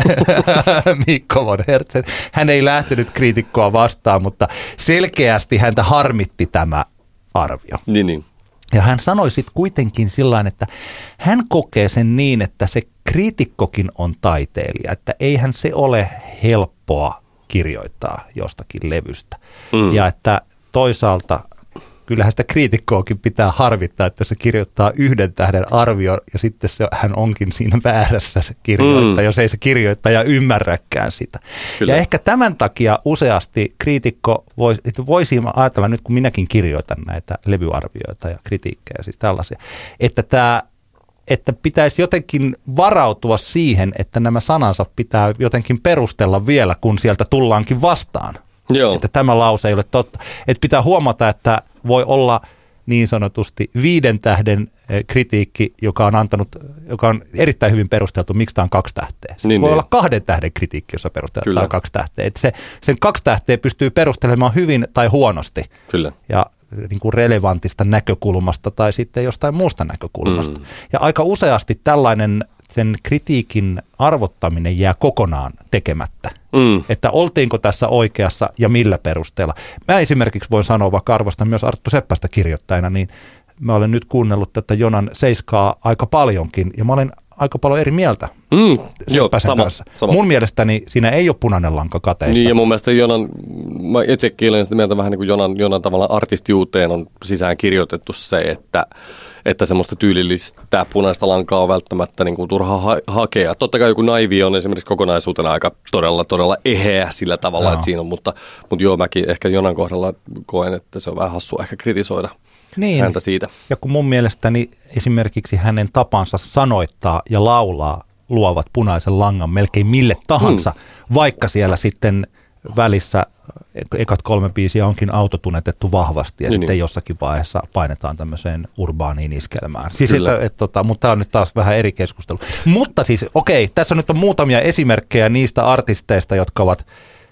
Mikko Von Herzen. Hän ei lähtenyt kriitikkoa vastaan, mutta selkeästi häntä harmitti tämä arvio. Niin, niin. Ja hän sanoi sitten kuitenkin sillain, että hän kokee sen niin, että se kriitikkokin on taiteilija, että eihän se ole helppoa kirjoittaa jostakin levystä. Mm. Ja että toisaalta kyllähän sitä kriitikkoakin pitää harvittaa, että se kirjoittaa yhden tähden arvio ja sitten se, hän onkin siinä väärässä se kirjoittaja, mm. jos ei se kirjoittaja ymmärräkään sitä. Kyllä. Ja ehkä tämän takia useasti kriitikko voisi, voisi ajatella nyt, kun minäkin kirjoitan näitä levyarvioita ja kritiikkejä, siis tällaisia, että tämä että pitäisi jotenkin varautua siihen, että nämä sanansa pitää jotenkin perustella vielä, kun sieltä tullaankin vastaan. Joo. Että tämä lause ei ole totta. Että pitää huomata, että voi olla niin sanotusti viiden tähden kritiikki, joka on antanut, joka on erittäin hyvin perusteltu, miksi tämä on kaksi tähteä. Se niin, voi niin. olla kahden tähden kritiikki, jossa perustellaan, tämä on kaksi tähteä. Että se, sen kaksi tähteä pystyy perustelemaan hyvin tai huonosti. Kyllä. Ja niin kuin relevantista näkökulmasta tai sitten jostain muusta näkökulmasta. Mm. Ja aika useasti tällainen sen kritiikin arvottaminen jää kokonaan tekemättä. Mm. Että oltiinko tässä oikeassa ja millä perusteella. Mä esimerkiksi voin sanoa, vaikka arvostan myös Arttu Seppästä kirjoittajana, niin mä olen nyt kuunnellut tätä Jonan seiskaa aika paljonkin, ja mä olen aika paljon eri mieltä. Mm, joo, sama, sama. Mun mielestäni siinä ei ole punainen lanka kateissa. Niin, ja mun mielestä Jonan, mä itsekin olen sitä mieltä vähän niin kuin Jonan, Jonan tavallaan artistiuteen on sisään kirjoitettu se, että, että semmoista tyylillistä punaista lankaa on välttämättä niin kuin turha ha- hakea. Totta kai joku Naivi on esimerkiksi kokonaisuutena aika todella, todella eheä sillä tavalla, no. että siinä on, mutta, mutta joo, mäkin ehkä Jonan kohdalla koen, että se on vähän hassua ehkä kritisoida. Niin. Häntä siitä. Ja kun mun mielestäni esimerkiksi hänen tapansa sanoittaa ja laulaa luovat punaisen langan melkein mille tahansa, hmm. vaikka siellä sitten välissä ekat kolme biisiä onkin autotunetettu vahvasti ja niin, sitten niin. jossakin vaiheessa painetaan tämmöiseen urbaaniin iskelmään. Siis että, et, tota, mutta tämä on nyt taas vähän eri keskustelu. Mutta siis okei, tässä nyt on muutamia esimerkkejä niistä artisteista, jotka ovat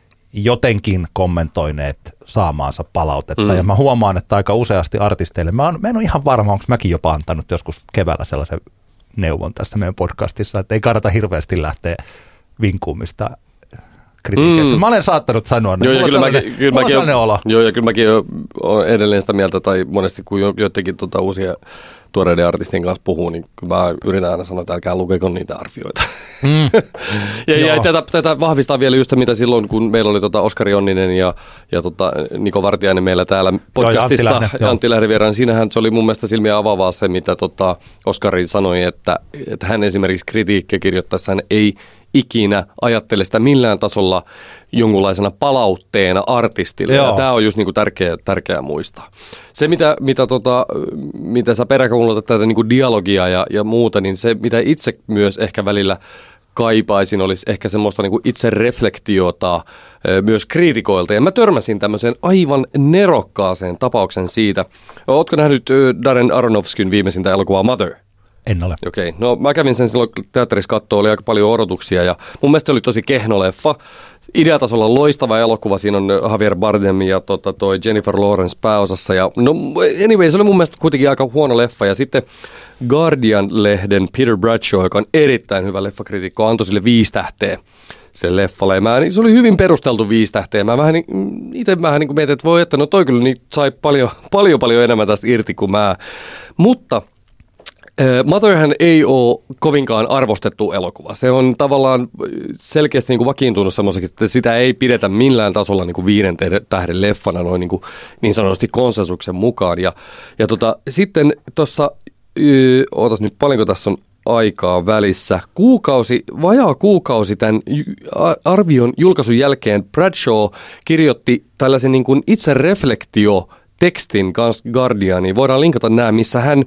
jotenkin kommentoineet saamaansa palautetta. Mm. Ja mä huomaan, että aika useasti artisteille, mä, on, mä en ole ihan varma, onko mäkin jopa antanut joskus keväällä sellaisen neuvon tässä meidän podcastissa, että ei kannata hirveästi lähteä vinkuumista kritiikistä. Mm. Mä olen saattanut sanoa, että mulla on sellainen, kyllä mäkin, sellainen olo. Joo, ja kyllä mäkin olen edelleen sitä mieltä, tai monesti kun jotenkin tuota uusia tuoreiden artistien kanssa puhuu, niin kyllä mä yritän aina sanoa, että älkää lukeko niitä arvioita. Mm. ja ja tätä, tätä vahvistaa vielä just mitä silloin, kun meillä oli tota Oskari Onninen ja, ja tota Niko Vartiainen meillä täällä podcastissa, joo, Antti, Lähde, Antti Lähde vieraan. Siinähän se oli mun mielestä silmiä avaavaa se, mitä tota Oskari sanoi, että, että hän esimerkiksi kritiikkiä kirjoittaessaan ei ikinä ajattele sitä millään tasolla jonkunlaisena palautteena artistille. Ja tämä on just niinku tärkeä, tärkeää muistaa. Se, mitä, mitä, tota, mitä sä peräkuulutat tätä niinku dialogia ja, ja muuta, niin se, mitä itse myös ehkä välillä kaipaisin, olisi ehkä semmoista niinku itse reflektiota myös kriitikoilta. Ja mä törmäsin tämmöiseen aivan nerokkaaseen tapauksen siitä. Ootko nähnyt Darren Aronofskyn viimeisintä elokuvaa Mother? En ole. Okei, no mä kävin sen silloin teatterissa katsoa, oli aika paljon odotuksia ja mun mielestä se oli tosi kehno leffa. Ideatasolla loistava elokuva, siinä on Javier Bardem ja tota, toi Jennifer Lawrence pääosassa. Ja, no anyway, se oli mun mielestä kuitenkin aika huono leffa ja sitten Guardian-lehden Peter Bradshaw, joka on erittäin hyvä leffakriitikko, antoi sille viisi tähteä sen leffalle. Ja mä, niin se oli hyvin perusteltu viisi tähteä. Mä vähän itse vähän niin kuin mietin, että voi, että no toi kyllä niin sai paljon, paljon, paljon enemmän tästä irti kuin mä. Mutta Motherhän ei ole kovinkaan arvostettu elokuva. Se on tavallaan selkeästi niin kuin vakiintunut semmoiseksi, että sitä ei pidetä millään tasolla niin kuin viiden tähden leffana noin niin, kuin niin sanotusti konsensuksen mukaan. Ja, ja tota, sitten tuossa, ootas nyt paljonko tässä on aikaa välissä, kuukausi, vajaa kuukausi tämän arvion julkaisun jälkeen Bradshaw kirjoitti tällaisen niin kuin itse reflektio tekstin kanssa Guardianiin. Voidaan linkata nämä, missä hän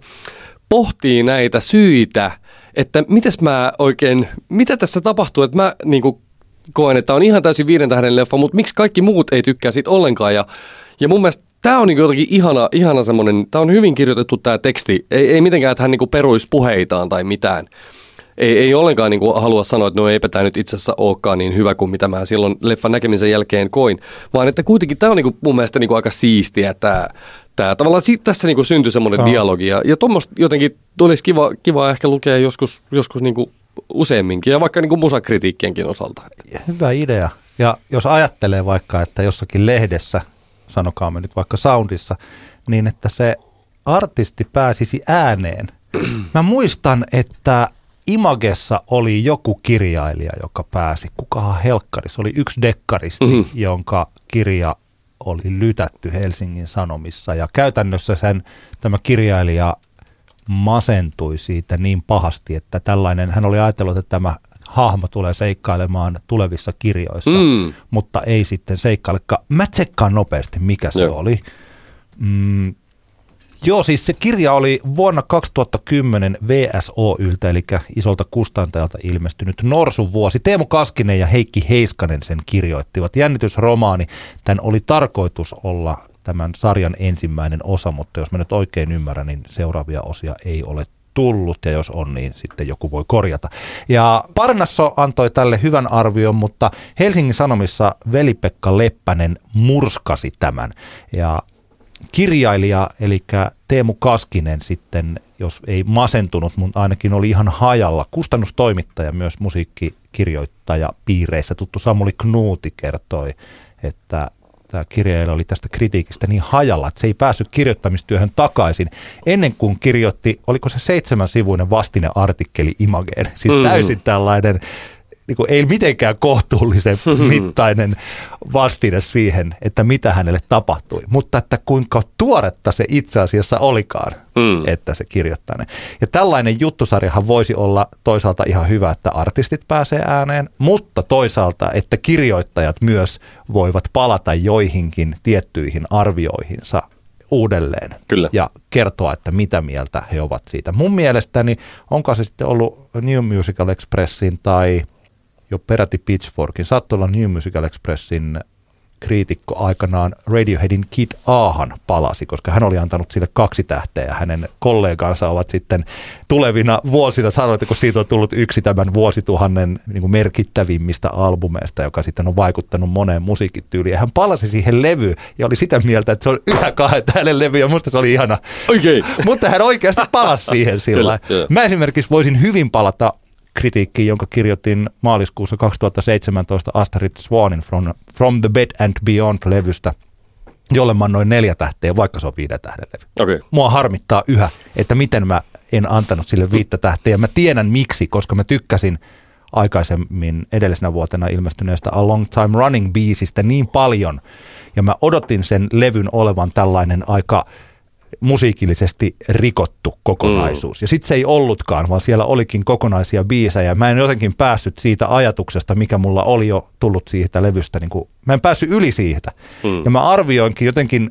pohtii näitä syitä, että mitäs mä oikein, mitä tässä tapahtuu, että mä niin kuin koen, että on ihan täysin viiden tähden leffa, mutta miksi kaikki muut ei tykkää siitä ollenkaan. Ja, ja mun mielestä tämä on niin jotenkin ihana, ihana semmoinen, tämä on hyvin kirjoitettu tämä teksti, ei, ei mitenkään, että hän niin kuin peruisi puheitaan tai mitään. Ei, ei ollenkaan niin kuin halua sanoa, että no eipä tämä nyt itse asiassa olekaan niin hyvä kuin mitä mä silloin leffan näkemisen jälkeen koin, vaan että kuitenkin tämä on niin kuin mun mielestä niin kuin aika siistiä, tämä Tää, tavallaan siitä, tässä niinku syntyi semmoinen no. dialogi ja, ja tuommoista jotenkin olisi kiva, kiva ehkä lukea joskus, joskus niinku useamminkin ja vaikka niinku musakritiikkienkin osalta. Hyvä idea. Ja jos ajattelee vaikka, että jossakin lehdessä, sanokaamme nyt vaikka Soundissa, niin että se artisti pääsisi ääneen. Mä muistan, että Imagessa oli joku kirjailija, joka pääsi. Kukahan helkkari? Se oli yksi dekkaristi, mm-hmm. jonka kirja oli lytätty Helsingin Sanomissa ja käytännössä sen tämä kirjailija masentui siitä niin pahasti, että tällainen, hän oli ajatellut, että tämä hahmo tulee seikkailemaan tulevissa kirjoissa, mm. mutta ei sitten seikkailekaan. Mä tsekkaan nopeasti, mikä se Joo. oli. Mm, joo, siis se kirja oli vuonna kaksituhattakymmenen V S O:ltä, eli isolta kustantajalta ilmestynyt Norsun vuosi. Teemu Kaskinen ja Heikki Heiskanen sen kirjoittivat. Jännitysromaani, tämän oli tarkoitus olla tämän sarjan ensimmäinen osa, mutta jos mä nyt oikein ymmärrän, niin seuraavia osia ei ole tullut, ja jos on, niin sitten joku voi korjata. Ja Parnasso antoi tälle hyvän arvion, mutta Helsingin Sanomissa Veli-Pekka Leppänen murskasi tämän, ja kirjailija, eli Teemu Kaskinen sitten, jos ei masentunut, mutta ainakin oli ihan hajalla. Kustannustoimittaja, myös musiikkikirjoittaja piireissä tuttu Samuli Knuuti kertoi, että tämä kirjailija oli tästä kritiikistä niin hajalla, että se ei päässyt kirjoittamistyöhön takaisin ennen kuin kirjoitti, oliko se seitsemänsivuinen vastineartikkeli Imageen. Siis mm-hmm. täysin tällainen, niin kuin ei mitenkään kohtuullisen mm-hmm. mittainen vastine siihen, että mitä hänelle tapahtui. Mutta että kuinka tuoretta se itse asiassa olikaan, mm. että se kirjoittaa ne. Ja tällainen juttusarjahan voisi olla toisaalta ihan hyvä, että artistit pääsee ääneen, mutta toisaalta, että kirjoittajat myös voivat palata joihinkin tiettyihin arvioihinsa uudelleen. Kyllä. Ja kertoa, että mitä mieltä he ovat siitä. Mun mielestäni, onko se sitten ollut New Musical Expressin tai jo peräti Pitchforkin, saattoi olla New Musical Expressin kriitikko aikanaan Radioheadin Kid Ahan palasi, koska hän oli antanut sille kaksi tähteä ja hänen kollegansa ovat sitten tulevina vuosina sanoneet, kun siitä on tullut yksi tämän vuosituhannen niin kuin merkittävimmistä albumeista, joka sitten on vaikuttanut moneen musiikkityyliin. Ja hän palasi siihen levyyn ja oli sitä mieltä, että se on yhä kahden tähden levy ja musta se oli ihana. Okay. Mutta hän oikeasti palasi siihen sillä. Mä esimerkiksi voisin hyvin palata kritiikkiin, jonka kirjoitin maaliskuussa kaksituhattaseitsemäntoista Astrid Swanin From, From the Bed and Beyond-levystä, jolle mä annoin neljä tähteä, vaikka se on viiden tähden levy. Okay. Mua harmittaa yhä, että miten mä en antanut sille viittä tähteä. Mä tiedän miksi, koska mä tykkäsin aikaisemmin edellisenä vuotena ilmestyneestä A Long Time Running-biisistä niin paljon, ja mä odotin sen levyn olevan tällainen aika musiikillisesti rikottu kokonaisuus. Mm. Ja sitten se ei ollutkaan, vaan siellä olikin kokonaisia biisejä. Mä en jotenkin päässyt siitä ajatuksesta, mikä mulla oli jo tullut siitä levystä. Niin kuin, mä en päässyt yli siitä. Mm. Ja mä arvioinkin jotenkin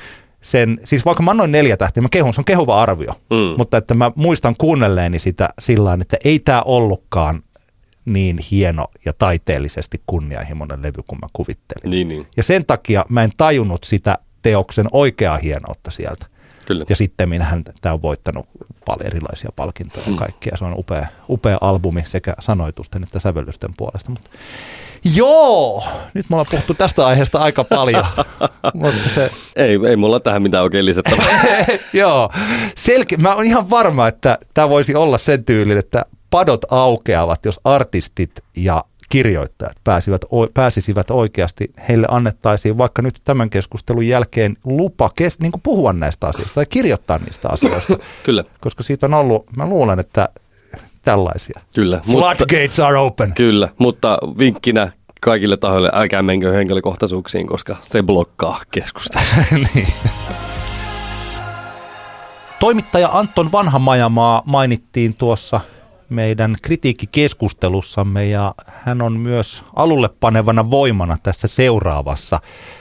sen, siis vaikka mä annoin neljä tähtiä, mä kehun, se on kehuva arvio. Mm. Mutta että mä muistan kuunnelleeni sitä sillain, että ei tää ollutkaan niin hieno ja taiteellisesti kunnianhimoinen levy, kuin mä kuvittelin. Niin, niin. Ja sen takia mä en tajunnut sitä teoksen oikeaa hienoutta sieltä. Kyllä. Ja sitten minähän tämä on voittanut paljon erilaisia palkintoja ja kaikkia. Se on upea, upea albumi sekä sanoitusten että sävellysten puolesta. Mutta joo, nyt me ollaan puhuttu tästä aiheesta aika paljon. Mutta se ei, ei mulla tähän mitään oikein lisättävää. Joo, selkeä. Mä oon ihan varma, että tämä voisi olla sen tyylin, että padot aukeavat, jos artistit ja kirjoittajat pääsivät, pääsisivät oikeasti, heille annettaisiin vaikka nyt tämän keskustelun jälkeen lupa kes, niin kuin puhua näistä asioista tai kirjoittaa niistä asioista. Kyllä. Koska siitä on ollut, mä luulen, että tällaisia. Kyllä. Floodgates mutta, are open. Kyllä, mutta vinkkinä kaikille tahoille, älkää menkö henkilökohtaisuuksiin, koska se blokkaa keskustelua. Niin. Toimittaja Anton Vanhamajamaa mainittiin tuossa meidän kritiikkikeskustelussamme ja hän on myös alulle panevana voimana tässä seuraavassa.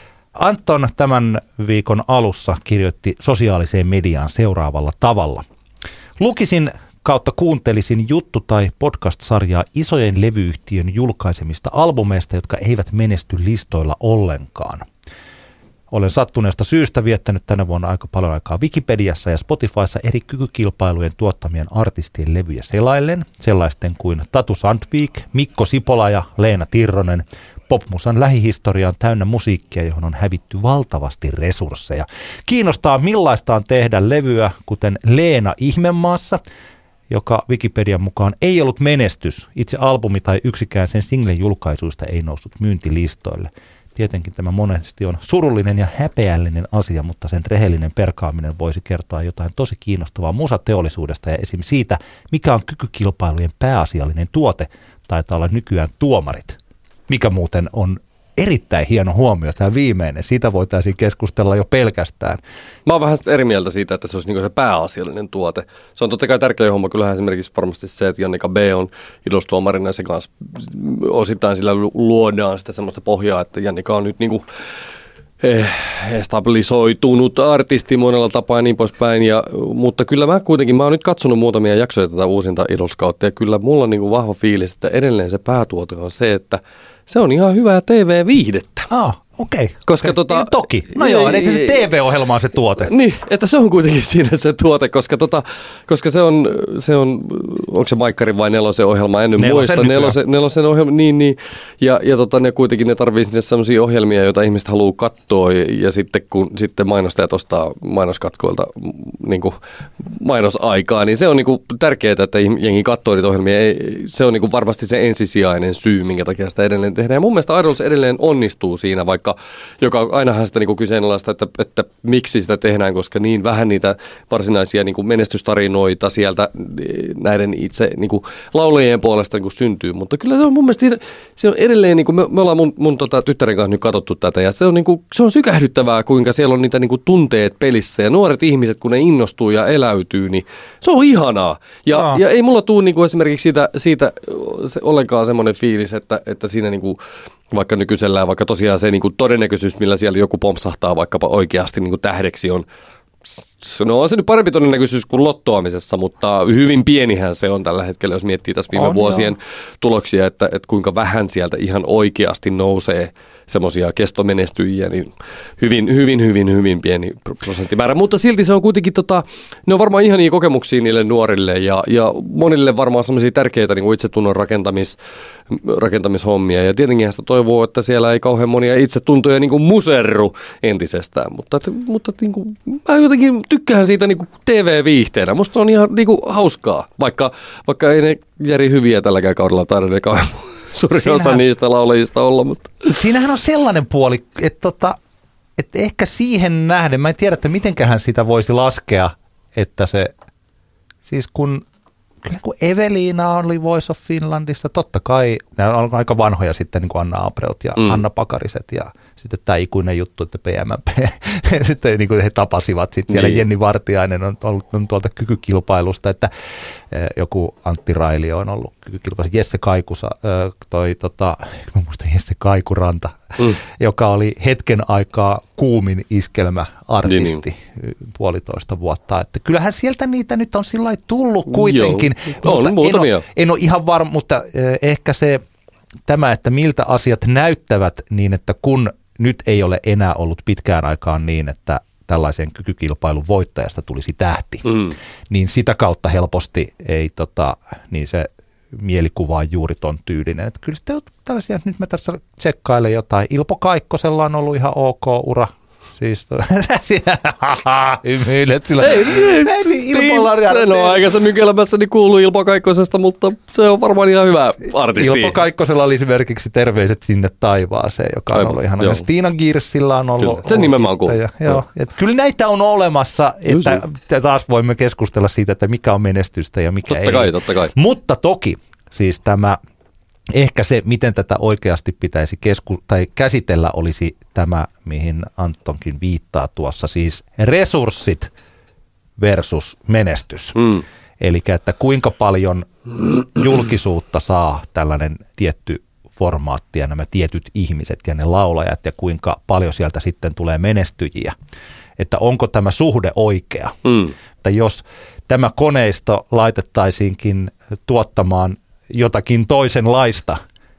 Anton tämän viikon alussa kirjoitti sosiaaliseen mediaan seuraavalla tavalla. Lukisin kautta kuuntelisin juttu- tai podcast-sarjaa isojen levyyhtiön julkaisemista albumeista, jotka eivät menesty listoilla ollenkaan. Olen sattuneesta syystä viettänyt tänä vuonna aika paljon aikaa Wikipediassa ja Spotifyssa eri kykykilpailujen tuottamien artistien levyjä selaillen, sellaisten kuin Tatu Sandvik, Mikko Sipola ja Leena Tirronen. Popmusan lähihistoria on täynnä musiikkia, johon on hävitty valtavasti resursseja. Kiinnostaa millaista on tehdä levyä, kuten Leena Ihmemaassa, joka Wikipedian mukaan ei ollut menestys. Itse albumi tai yksikään sen single-julkaisuista ei noussut myyntilistoille. Tietenkin tämä monesti on surullinen ja häpeällinen asia, mutta sen rehellinen perkaaminen voisi kertoa jotain tosi kiinnostavaa musateollisuudesta ja esim. Siitä, mikä on kykykilpailujen pääasiallinen tuote, taitaa olla nykyään tuomarit. Mikä muuten on erittäin hieno huomio, tämä viimeinen. Siitä voitaisiin keskustella jo pelkästään. Mä oon vähän eri mieltä siitä, että se olisi niin se pääasiallinen tuote. Se on totta kai tärkeä homma. Kyllähän esimerkiksi varmasti se, että Jannika B. on idostuomarina ja se kanssa osittain sillä luodaan sitä semmoista pohjaa, että Jannika on nyt niin kuin eh, stabilisoitunut artisti monella tapaa ja niin poispäin. Ja, mutta kyllä mä kuitenkin, mä oon nyt katsonut muutamia jaksoja tätä uusinta Idols-kautta ja kyllä mulla on niin kuin vahva fiilis, että edelleen se päätuote on se, että se on ihan hyvää T V-viihdettä. Ah, okei. Okay. Koska okay. tota, toki. No ei, joo, että se T V-ohjelma on se tuote. Niin, että se on kuitenkin siinä se tuote, koska, tota, koska se on, se on, onko se Maikkarin vai Nelosen ohjelma, en nyt muista. Nelosen, Nelosen ohjelma, niin, niin. Ja, ja tota, ne kuitenkin ne tarvii sinne sellaisia ohjelmia, joita ihmiset haluaa katsoa, ja, ja sitten kun sitten mainostajat ostaa mainoskatkoilta niin kuin mainosaikaa, niin se on niin kuin tärkeää, että jengi katsoo niitä ohjelmia. Se on niin kuin varmasti se ensisijainen syy, minkä takia sitä edelleen tehdään. Ja mun mielestä Idols edelleen onnistuu siinä, vaikka joka, joka on ainahan sitä niin kuin kyseenalaista, että, että miksi sitä tehdään, koska niin vähän niitä varsinaisia niin kuin menestystarinoita sieltä näiden itse niin kuin laulajien puolesta niin kuin syntyy. Mutta kyllä se on mun mielestä, se on edelleen, niin kuin me, me ollaan mun, mun tota, tyttären kanssa nyt katsottu tätä, ja se on, niin kuin, se on sykähdyttävää, kuinka siellä on niitä niin kuin tunteet pelissä, ja nuoret ihmiset, kun ne innostuu ja eläytyy, niin se on ihanaa. Ja, no. ja ei mulla tule niin kuin esimerkiksi siitä, siitä se, ollenkaan semmoinen fiilis, että, että siinä niin kuin, vaikka nykyisellään, vaikka tosiaan se niin kuin todennäköisyys, millä siellä joku pompsahtaa vaikkapa oikeasti niin kuin tähdeksi on, no on se nyt parempi todennäköisyys kuin lottoamisessa, mutta hyvin pienihän se on tällä hetkellä, jos miettii tässä viime on, vuosien joo. tuloksia, että, että kuinka vähän sieltä ihan oikeasti nousee semmoisia kestomenestyjiä, niin hyvin, hyvin, hyvin, hyvin pieni prosenttimäärä. Mutta silti se on kuitenkin, tota, ne on varmaan ihania kokemuksia niille nuorille ja, ja monille varmaan semmoisia tärkeitä niin kuin itsetunnon rakentamis, rakentamishommia. Ja tietenkin sitä toivoo, että siellä ei kauhean monia itsetuntoja niin kuin muserru entisestään. Mutta, mutta niin kuin, mä jotenkin tykkään siitä niin kuin T V-viihteenä. Musta on ihan niin kuin hauskaa, vaikka, vaikka ei ne järi hyviä tälläkään kaudella taida ne kauhean suuri siinähän, osa niistä laulajista olla. Mutta. Siinähän on sellainen puoli, että, tota, että ehkä siihen nähden, mä en tiedä, että mitenköhän sitä voisi laskea, että se, siis kun, kyllä kun Eveliina oli Voice of Finlandissa, totta kai, nämä on aika vanhoja sitten, niin kuin Anna Abreut ja mm. Anna Pakariset ja sitten tämä ikuinen juttu, että P M P, sitten niin kuin he tapasivat, sitten siellä niin. Jenni Vartiainen on ollut on tuolta kykykilpailusta, että joku Antti Railio on ollut kykykilpailussa, Jesse Kaikusa, toi tota, mä muistan Jesse Kaikuranta, mm. joka oli hetken aikaa kuumin iskelmäartisti niin. puolitoista vuotta, että kyllähän sieltä niitä nyt on sillä lailla tullut kuitenkin, Joo. mutta on, muutamia. en, ole, en ole ihan varma, mutta ehkä se tämä, että miltä asiat näyttävät niin, että kun nyt ei ole enää ollut pitkään aikaan niin, että tällaisen kykykilpailun voittajasta tulisi tähti, mm. niin sitä kautta helposti ei tota, niin se mielikuva on juuri ton tyylinen. Että kyllä sitten tällaisia, nyt mä tässä tsekkailen jotain. Ilpo Kaikkosella on ollut ihan ok ura. Siis hymyilet sillä. Ei, Ilpolla on en ole aikaisemmin elämässäni kuullut Ilpo Kaikkosesta, mutta se on varmaan ihan hyvä artisti. Ilpo Kaikkosella oli esimerkiksi terveiset sinne taivaaseen, joka on ollut ihan. Stiina Girsillä on ollut. Kyllä, sen nimen mä oon kuullut. Joo, että kyllä näitä on olemassa, että taas voimme keskustella siitä, että mikä on menestystä ja mikä totta ei. Totta kai, totta kai. Mutta toki siis tämä ehkä se, miten tätä oikeasti pitäisi kesku- tai käsitellä, olisi tämä, mihin Antonkin viittaa tuossa, siis resurssit versus menestys. Mm. Eli että kuinka paljon julkisuutta saa tällainen tietty formaatti ja nämä tietyt ihmiset ja ne laulajat ja kuinka paljon sieltä sitten tulee menestyjiä. Että onko tämä suhde oikea. Mm. Että jos tämä koneisto laitettaisiinkin tuottamaan jotakin toisenlaista,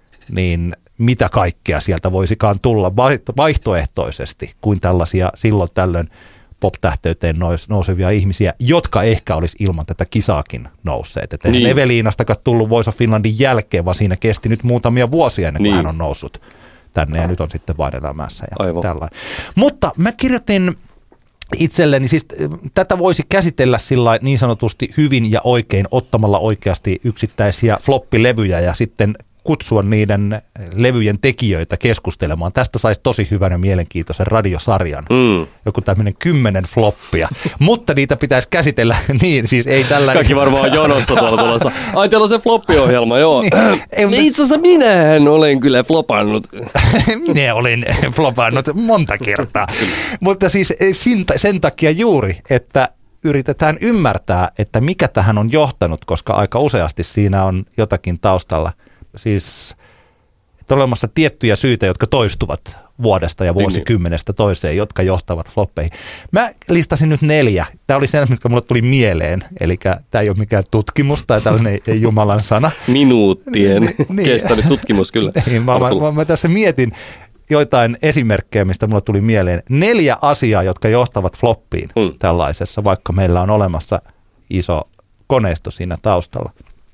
niin mitä kaikkea sieltä voisikaan tulla vaihtoehtoisesti kuin tällaisia silloin tällöin pop-tähteyteen nousevia ihmisiä, jotka ehkä olisi ilman tätä kisaakin nousseet. Että niin. Eveliinastakaan tullut Voice of Finlandin jälkeen, vaan siinä kesti nyt muutamia vuosia ennen kuin niin. hän on noussut tänne ja nyt on sitten vain elämässä ja Aivan. tällainen. Mutta mä kirjoitin itselleni, siis tätä voisi käsitellä sillä niin sanotusti hyvin ja oikein ottamalla oikeasti yksittäisiä floppilevyjä ja sitten kutsua niiden levyjen tekijöitä keskustelemaan. Tästä saisi tosi hyvän ja mielenkiintoisen radiosarjan. Mm. Joku tämmöinen kymmenen floppia. Mutta niitä pitäisi käsitellä niin, siis ei tällainen. Kaikki varmaan on jonossa tuolla tulossa. Ai, teillä on se floppiohjelma, joo. Niin, itse asiassa minähän olen kyllä flopannut. Minä olen flopannut monta kertaa. Mutta siis sen takia juuri, että yritetään ymmärtää, että mikä tähän on johtanut, koska aika useasti siinä on jotakin taustalla. Siis että on olemassa tiettyjä syitä, jotka toistuvat vuodesta ja vuosikymmenestä toiseen, jotka johtavat floppeihin. Mä listasin nyt neljä. Tämä oli se, mitkä mulle tuli mieleen. Eli tämä ei ole mikään tutkimus tai tällainen Jumalan sana. Minuuttien niin, kestänyt tutkimus kyllä. Niin, mä, mä, mä, mä tässä mietin joitain esimerkkejä, mistä mulle tuli mieleen. Neljä asiaa, jotka johtavat floppiin hmm. tällaisessa, vaikka meillä on olemassa iso koneisto siinä taustalla.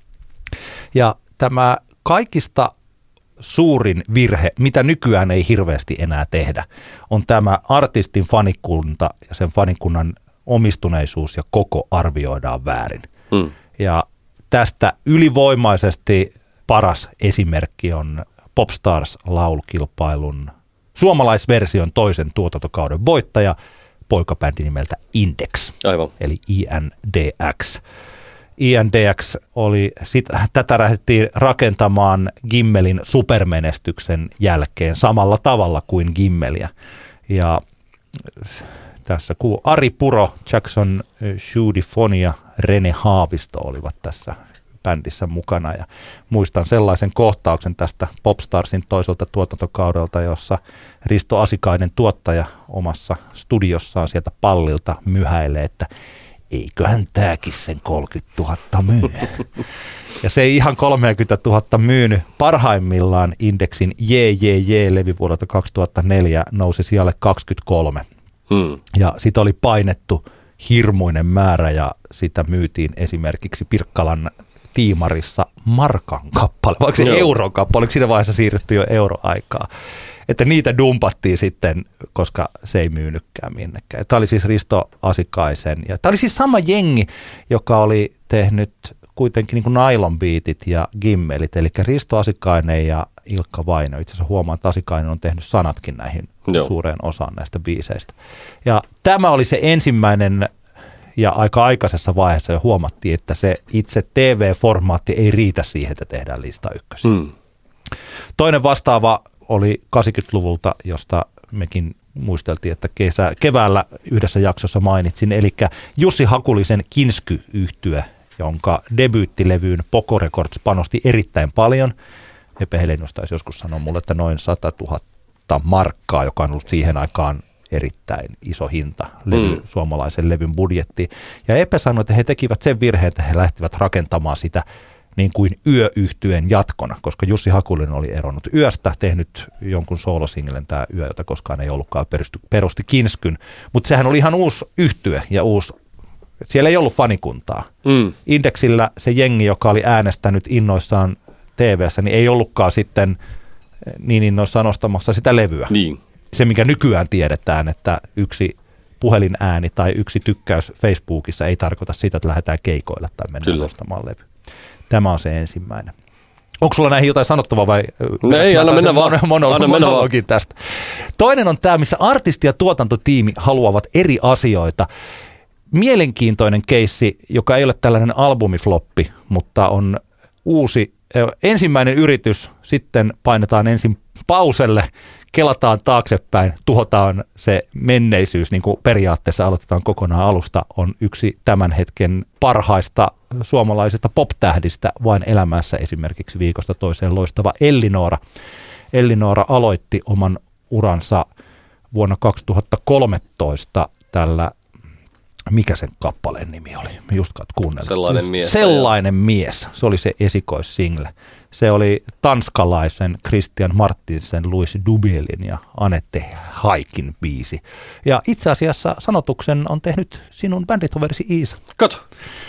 Ja tämä kaikista suurin virhe, mitä nykyään ei hirveästi enää tehdä, on tämä artistin fanikunta ja sen fanikunnan omistuneisuus ja koko arvioidaan väärin. Mm. Ja tästä ylivoimaisesti paras esimerkki on Popstars-laulukilpailun suomalaisversion toisen tuotantokauden voittaja, poikabändi nimeltä Index, Aivan. eli I N D X. I N D X oli, sit, tätä lähdettiin rakentamaan Gimmelin supermenestyksen jälkeen samalla tavalla kuin Gimmeliä. Ja tässä kun Ari Puro, Jackson Shudifon ja Rene Haavisto olivat tässä bändissä mukana. Ja muistan sellaisen kohtauksen tästä Popstarsin toiselta tuotantokaudelta, jossa Risto Asikainen tuottaja omassa studiossaan sieltä pallilta myhäilee, että eiköhän tääkin sen kolmekymmentätuhatta myy. Ja se ei ihan kolmekymmentätuhatta myynyt. Parhaimmillaan Indexin J J J-levy vuodelta kaksituhattaneljä nousi sijalle kaksikymmentäkolme. Hmm. Ja sitä oli painettu hirmuinen määrä ja sitä myytiin esimerkiksi Pirkkalan Tiimarissa markan kappale, vaikka se Joo. euron kappale, oliko siinä vaiheessa siirrytty jo euroaikaa. Että niitä dumpattiin sitten, koska se ei myynytkään minnekään. Tämä oli siis Risto Asikaisen. Ja tämä oli siis sama jengi, joka oli tehnyt kuitenkin niin kuin Nylon Beatit ja Gimmelit. Eli Risto Asikainen ja Ilkka Vainio. Itse asiassa huomaan, että Asikainen on tehnyt sanatkin näihin Joo. suureen osaan näistä biiseistä. Ja tämä oli se ensimmäinen, ja aika aikaisessa vaiheessa jo huomattiin, että se itse T V-formaatti ei riitä siihen, että tehdään lista ykkösiä. Mm. Toinen vastaava oli kahdeksankymmentäluvulta, josta mekin muisteltiin, että kesä, keväällä yhdessä jaksossa mainitsin, eli Jussi Hakulisen Kinsky-yhtye, jonka debyyttilevyyn Poco Records panosti erittäin paljon. Epe Helenius taisi joskus sanoa mulle, että noin sata tuhatta markkaa, joka on ollut siihen aikaan erittäin iso hinta levy, mm. suomalaisen levyn budjettiin. Ja Epe sanoi, että he tekivät sen virheen, että he lähtivät rakentamaan sitä niin kuin yöyhtyeen jatkona, koska Jussi Hakulinen oli eronnut Yöstä, tehnyt jonkun soolosinglen, tämä Yö, jota koskaan ei ollutkaan, perusti, perusti Kinskyn, mutta sehän oli ihan uusi yhtye ja uusi, siellä ei ollut fanikuntaa. Mm. Indexillä se jengi, joka oli äänestänyt innoissaan T V:ssä, niin ei ollutkaan sitten niin innoissaan ostamassa sitä levyä. Niin. Se, mikä nykyään tiedetään, että yksi puhelinääni tai yksi tykkäys Facebookissa ei tarkoita sitä, että lähdetään keikoille tai mennään Kyllä. ostamaan levy. Tämä on se ensimmäinen. Onko sulla näihin jotain sanottavaa vai? No ei, anna mennä vaan. Mono, anna mennä vaan. Tästä. Toinen on tämä, missä artisti ja tuotantotiimi haluavat eri asioita. Mielenkiintoinen keissi, joka ei ole tällainen albumifloppi, mutta on uusi, ensimmäinen yritys, sitten painetaan ensin pauselle, kelataan taaksepäin, tuhotaan se menneisyys, niin kuin periaatteessa aloitetaan kokonaan alusta, on yksi tämän hetken parhaista suomalaisista pop-tähdistä vain elämässä esimerkiksi viikosta toiseen loistava Ellinora. Ellinora aloitti oman uransa vuonna kaksituhattakolmetoista tällä, mikä sen kappaleen nimi oli? Me just kuunneltiin. Sellainen mies. Sellainen mies. Se oli se esikoissingle. Se oli tanskalaisen Christian Martinsen, Louis Dubielin ja Anette Haikin biisi. Ja itse asiassa sanotuksen on tehnyt sinun bänditoverisi Iisa. Kato.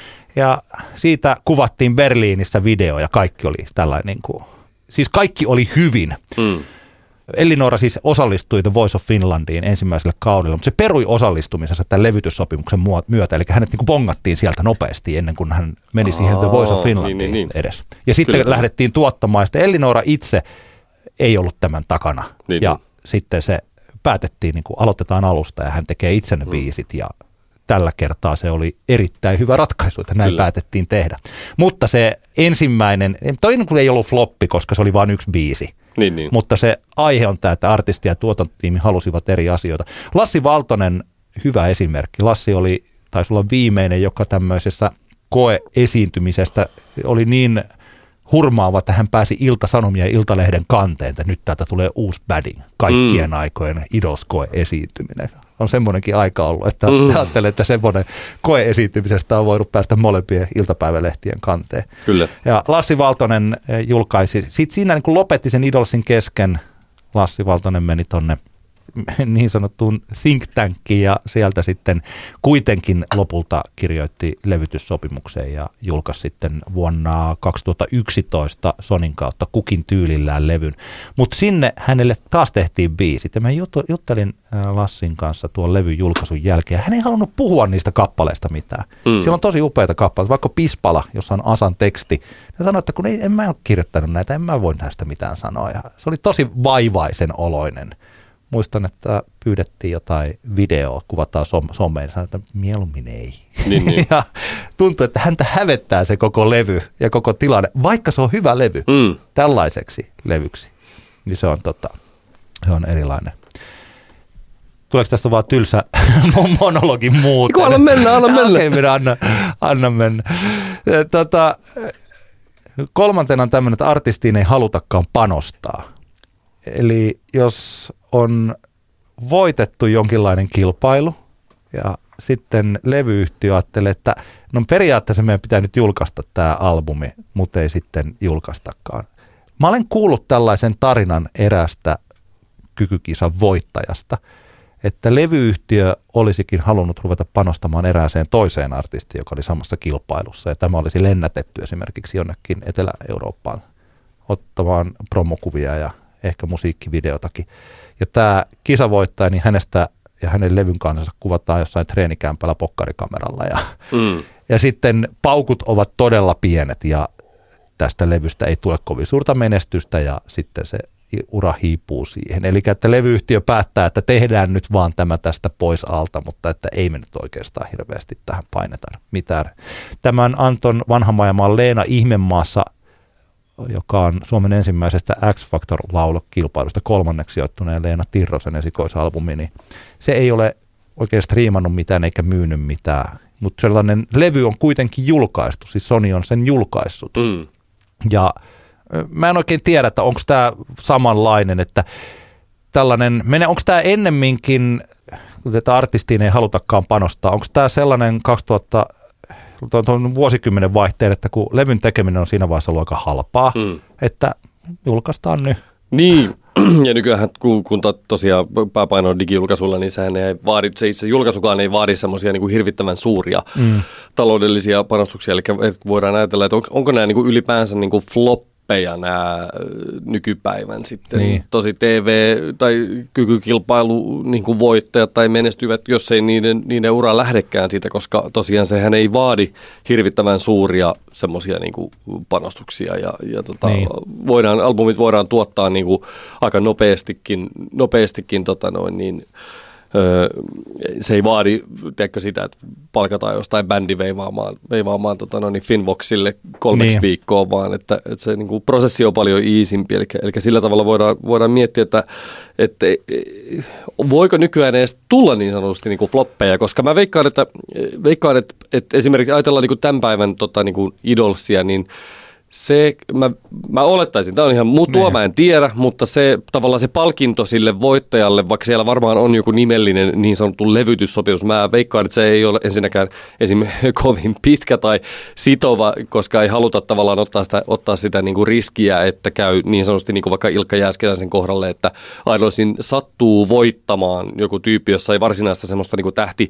Ja siitä kuvattiin Berliinissä video ja kaikki oli tällainen, niin kuin, siis kaikki oli hyvin. Mm. Ellinora siis osallistui The Voice of Finlandiin ensimmäiselle kaudelle, mutta se perui osallistumisensa tämän levytyssopimuksen myötä, eli hänet niin kuin bongattiin sieltä nopeasti ennen kuin hän meni siihen Aa, The Voice of Finlandiin niin, niin, niin. edes. Ja sitten Kyllä. lähdettiin tuottamaan, ja sitten Ellinora itse ei ollut tämän takana, niin, ja niin. sitten se päätettiin, niin kuin aloitetaan alusta, ja hän tekee itse ne mm. biisit, ja tällä kertaa se oli erittäin hyvä ratkaisu, että näin Kyllä. päätettiin tehdä. Mutta se ensimmäinen, toinen ei ollut floppi, koska se oli vain yksi biisi. Niin, niin. Mutta se aihe on tämä, että artisti ja tuotantotiimi halusivat eri asioita. Lassi Valtonen, hyvä esimerkki. Lassi oli, taisi olla viimeinen, joka tämmöisessä koeesiintymisestä oli niin hurmaava, että hän pääsi Ilta-Sanomia ja Iltalehden kanteen, että nyt täältä tulee uusi badding, kaikkien mm. aikojen Idols-koeesiintyminen. On semmoinenkin aika ollut, että mm. ajattelen, että semmoinen koeesiintymisestä on voinut päästä molempien iltapäivälehtien kanteen. Kyllä. Ja Lassi Valtonen julkaisi, sitten siinä niin kun lopetti sen Idolsin kesken, Lassi Valtonen meni tonne niin sanottuun think tankiin ja sieltä sitten kuitenkin lopulta kirjoitti levytyssopimukseen ja julkaisi sitten vuonna kaksituhattayksitoista Sonin kautta Kukin tyylillään levyn. Mutta sinne hänelle taas tehtiin biisit ja mä juttelin Lassin kanssa tuon levyn julkaisun jälkeen. Hän ei halunnut puhua niistä kappaleista mitään. Mm. Siellä on tosi upeita kappaleita, vaikka Pispala, jossa on Asan teksti. Hän sanoi, että kun ei, en mä ole kirjoittanut näitä, en mä voi näistä mitään sanoa. Ja se oli tosi vaivaisen oloinen. muistan, että pyydettiin jotain videoa, kuvataan som- someen, sanoin, että mieluummin ei. Niin, niin. Ja tuntuu, että häntä hävettää se koko levy ja koko tilanne, vaikka se on hyvä levy mm. tällaiseksi levyksi. Niin se on, tota, se on erilainen. Tuleeko tästä vaan tylsä monologin muuten? Anna mennä, anna mennä. Okei, minä anna, anna mennä. Tota, kolmantena on tämmöinen, että artistiin ei halutakaan panostaa. Eli jos on voitettu jonkinlainen kilpailu ja sitten levyyhtiö ajattelee, että no periaatteessa meidän pitää nyt julkaista tämä albumi, mutta ei sitten julkaistakaan. Mä olen kuullut tällaisen tarinan erästä kykykisan voittajasta, että levyyhtiö olisikin halunnut ruveta panostamaan erääseen toiseen artistiin, joka oli samassa kilpailussa. Ja tämä olisi lennätetty esimerkiksi jonnekin Etelä-Eurooppaan ottamaan promokuvia ja ehkä musiikkivideotakin. Ja tämä kisavoittaja, niin hänestä ja hänen levyn kanssa kuvataan jossain treenikämpällä pokkarikameralla. Ja, mm. ja sitten paukut ovat todella pienet ja tästä levystä ei tule kovin suurta menestystä ja sitten se ura hiipuu siihen. Eli että levyyhtiö päättää, että tehdään nyt vaan tämä tästä pois alta, mutta että ei me nyt oikeastaan hirveästi tähän paineta mitään. Tämän Anton Vanhamajamaan Leena Ihmemaassa, joka on Suomen ensimmäisestä X-Factor-laulukilpailusta kolmanneksi sijoittuneen Leena Tirrosen esikoisalbumi, niin se ei ole oikein striimannut mitään eikä myynyt mitään, mutta sellainen levy on kuitenkin julkaistu, siis Sony on sen julkaissut. Mm. Ja mä en oikein tiedä, että onko tämä samanlainen, että tällainen, onko tämä ennemminkin, että artistiin ei halutakaan panostaa, onko tämä sellainen kaksituhatta vuosikymmenen vaihteen, että kun levyn tekeminen on siinä vaiheessa ollut aika halpaa, mm. että julkaistaan nyt. Niin, ja nykyään kun, kun to, tosiaan pääpaino on digijulkaisulla, niin sehän ei vaadi, se itse julkaisukaan ei vaadi semmoisia niin kuin hirvittävän suuria mm. taloudellisia panostuksia, eli voidaan ajatella, että on, onko nämä niin kuin ylipäänsä niin kuin floppeja nämä nykypäivän sitten niin. Tosi T V- tai kykykilpailu niin kuin voittajat tai menestyvät, jos ei niiden, niiden ura lähdekään siitä, koska tosiaan sehän ei vaadi hirvittävän suuria semmoisia niin kuin panostuksia ja, ja tota, niin. voidaan, albumit voidaan tuottaa niin kuin aika nopeastikin, nopeastikin tota noin niin, öö, se ei vaadi, tiedätkö sitä, että palkataan jostain bändi veivaamaan, veivaamaan tota noin, Finvoxille kolmeksi niin. viikkoa, vaan että, että se niin kuin prosessi on paljon easimpi, eli, eli sillä tavalla voidaan, voidaan miettiä, että, että voiko nykyään edes tulla niin sanotusti niin kuin floppeja, koska mä veikkaan, että, veikkaan, että, että esimerkiksi ajatellaan niin kuin tämän päivän tota, niin kuin idolsia, niin se, mä, mä olettaisin, tämä on ihan mutua, mä en tiedä, mutta se tavallaan se palkinto sille voittajalle, vaikka siellä varmaan on joku nimellinen niin sanottu levytyssopimus, mä veikkaan, että se ei ole ensinnäkään esimerkiksi kovin pitkä tai sitova, koska ei haluta tavallaan ottaa sitä, ottaa sitä niin kuin riskiä, että käy niin sanotusti niin kuin vaikka Ilkka Jääskeläisen kohdalle, että Idolsin sattuu voittamaan joku tyyppi, jossa ei varsinaista semmoista niin kuin tähti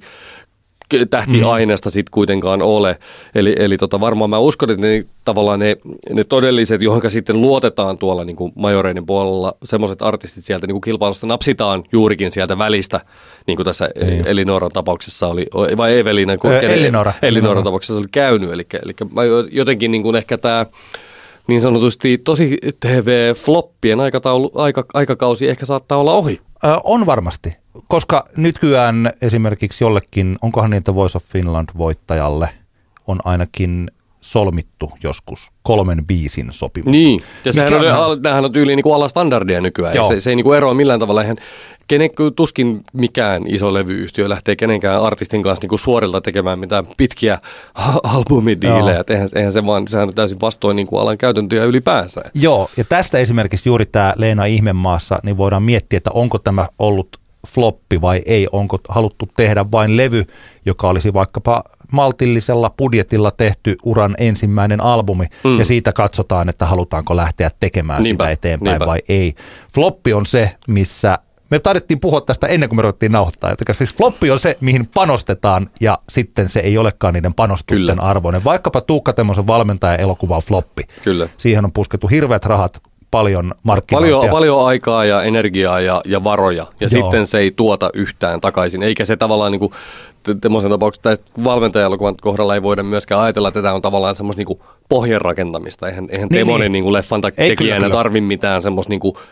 tähtiaineesta sitten kuitenkaan ole. Eli, eli tota varmaan mä uskon, että ne, tavallaan ne, ne todelliset, johonka sitten luotetaan tuolla niin kuin majoreiden puolella, semmoiset artistit sieltä niin kuin kilpailusta napsitaan juurikin sieltä välistä, niin kuin tässä niin. Elinoran tapauksessa oli, vai Evelina, kun Elinora. Elinora. Elinoran tapauksessa oli käynyt. Eli, eli mä jotenkin niin kuin ehkä tämä niin sanotusti tosi T V-floppien aikataulu, aika, aikakausi ehkä saattaa olla ohi. Ö, on varmasti, koska nykyään esimerkiksi jollekin, onkohan niitä Voice of Finland-voittajalle, on ainakin solmittu joskus kolmen biisin sopimus. Niin, ja sehän on, on, nämähän on tyyliin niin kuin alastandardia nykyään, ja se, se ei niin kuin eroa millään tavalla. Eihän, kenen, tuskin mikään iso levyyhtiö lähtee kenenkään artistin kanssa niin kuin suorilta tekemään mitään pitkiä albumidiilejä. Eihän, eihän se vaan, sehän on täysin vastoin niin kuin alan käytäntöjä ylipäänsä. Joo, ja tästä esimerkiksi juuri tämä Leena Ihmemaassa, niin voidaan miettiä, että onko tämä ollut floppi vai ei, onko haluttu tehdä vain levy, joka olisi vaikkapa maltillisella budjetilla tehty uran ensimmäinen albumi, mm. ja siitä katsotaan, että halutaanko lähteä tekemään niinpä, sitä eteenpäin niinpä. Vai ei. Floppi on se, missä, me taidettiin puhua tästä ennen kuin me ruvettiin nauhoittaa, että floppi on se, mihin panostetaan, ja sitten se ei olekaan niiden panostusten Kyllä. arvoinen. Vaikkapa Tuukka Temmosen valmentaja elokuva on floppi. Kyllä. Siihen on puskettu hirveät rahat, paljon markkinointia. Paljon, paljon aikaa ja energiaa ja, ja varoja, ja Joo. sitten se ei tuota yhtään takaisin, eikä se tavallaan niin kuin tämmöisen tapauksessa, että valmentaja-elokuvan kohdalla ei voida myöskään ajatella, että tämä on tavallaan semmoista niin pohjan rakentamista. Eihän, eihän niin, Temonen niin. niin leffan tekijänä tarvi mitään semmoista niin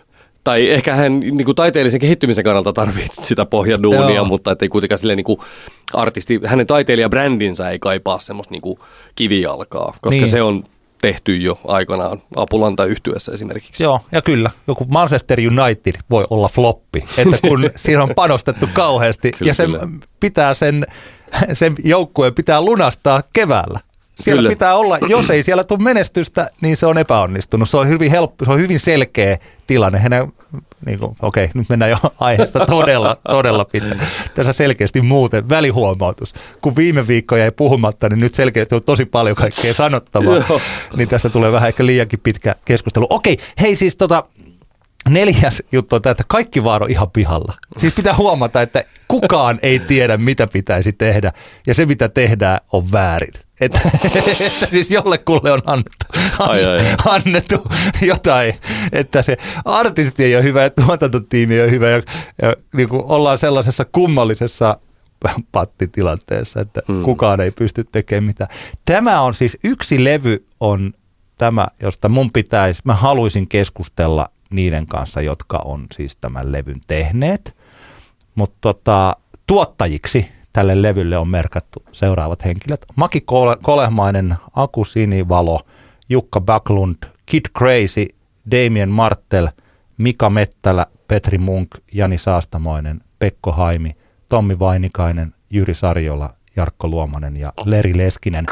tai ehkä hän niin kuin taiteellisen kehittymisen kannalta tarvitsee sitä pohjaduunia, Joo. mutta ei kuitenkaan silleen niin kuin artisti, hänen taiteilijabrändinsä ei kaipaa semmoista niin kuin kivijalkaa, koska niin. se on tehty jo aikanaan Apulanta-yhtyessä esimerkiksi. Joo, ja kyllä. Joku Manchester United voi olla floppi, että kun siinä on panostettu kauheasti kyllä, ja sen kyllä. pitää sen, sen joukkueen pitää lunastaa keväällä. Siellä kyllä. pitää olla, jos ei siellä tule menestystä, niin se on epäonnistunut. Se on hyvin helppo, se on hyvin selkeä tilanne. Hän, niin kuin, okei, nyt mennään jo aiheesta todella, todella pitkä. Tässä selkeästi muuten välihuomautus. Kun viime viikko jäi puhumatta, niin nyt selkeästi on tosi paljon kaikkea sanottavaa. Niin tästä tulee vähän ehkä liiankin pitkä keskustelu. Okei, hei siis tota... Neljäs juttu on tämä, että kaikki vaan on ihan pihalla. Siis pitää huomata, että kukaan ei tiedä, mitä pitäisi tehdä, ja se, mitä tehdään, on väärin. Että, että siis jollekulle on annettu, ai, ai, ai. annettu jotain, että se artisti ei ole hyvä ja tuotantotiimi ei ole hyvä, ja, ja niin kuin ollaan sellaisessa kummallisessa pattitilanteessa, että hmm. kukaan ei pysty tekemään mitään. Tämä on siis yksi levy on tämä, josta mun pitäisi, mä haluaisin keskustella niiden kanssa, jotka on siis tämän levyn tehneet. Mutta tota, tuottajiksi tälle levylle on merkattu seuraavat henkilöt. Maki Kolehmainen, Aku Sinivalo, Jukka Backlund, Kid Crazy, Damien Martel, Mika Mettälä, Petri Munk, Jani Saastamoinen, Pekko Haimi, Tommi Vainikainen, Jyri Sarjola, Jarkko Luomanen ja Leri Leskinen.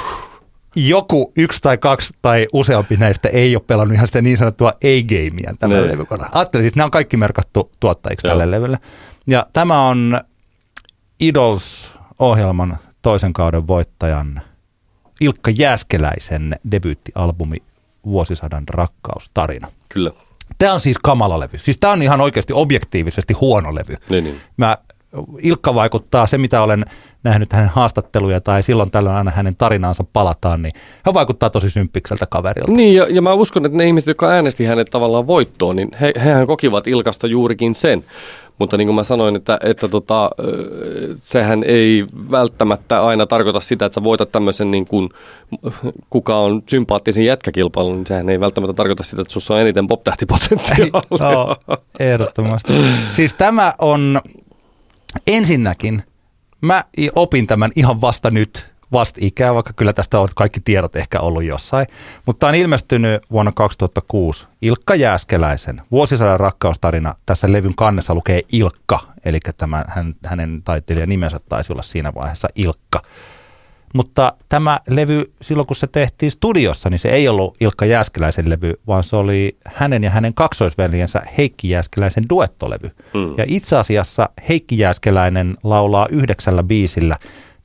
Joku yksi tai kaksi tai useampi näistä ei ole pelannut ihan sitä niin sanottua A-gameä tämän levyn kohdalla. Ajattelin, siis nämä on kaikki merkattu tuottajiksi Joo. tälle levylle. Ja tämä on Idols-ohjelman toisen kauden voittajan Ilkka Jääskeläisen debyyttialbumi Vuosisadan rakkaustarina. Kyllä. Tämä on siis kamala levy. Siis tämä on ihan oikeasti objektiivisesti huono levy. Niin, niin. Mä, Ilkka vaikuttaa, se mitä olen nähnyt hänen haastatteluja tai silloin tällöin aina hänen tarinaansa palataan, niin hän vaikuttaa tosi symppikseltä kaverilta. Niin, ja, ja mä uskon, että ne ihmiset, jotka äänesti hänet tavallaan voittoon, niin he, hehän kokivat Ilkasta juurikin sen. Mutta niin kuin mä sanoin, että, että tota, sehän ei välttämättä aina tarkoita sitä, että sä voitat tämmöisen niin kuin, kuka on sympaattisin jätkäkilpailun, niin sehän ei välttämättä tarkoita sitä, että sussa on eniten pop-tähtipotentiaalia. No, ehdottomasti. Siis tämä on ensinnäkin, mä opin tämän ihan vasta nyt, vastikään, vaikka kyllä tästä on kaikki tiedot ehkä ollut jossain, mutta on ilmestynyt vuonna kaksituhattakuusi Ilkka Jääskeläisen Vuosisadan rakkaustarina. Tässä levyn kannessa lukee Ilkka, eli tämän, hän, hänen taiteilijan nimensä taisi olla siinä vaiheessa Ilkka. Mutta tämä levy, silloin kun se tehtiin studiossa, niin se ei ollut Ilkka Jääskeläisen levy, vaan se oli hänen ja hänen kaksoisveljensä Heikki Jääskeläisen duettolevy. Mm. Ja itse asiassa Heikki Jääskeläinen laulaa yhdeksällä biisillä.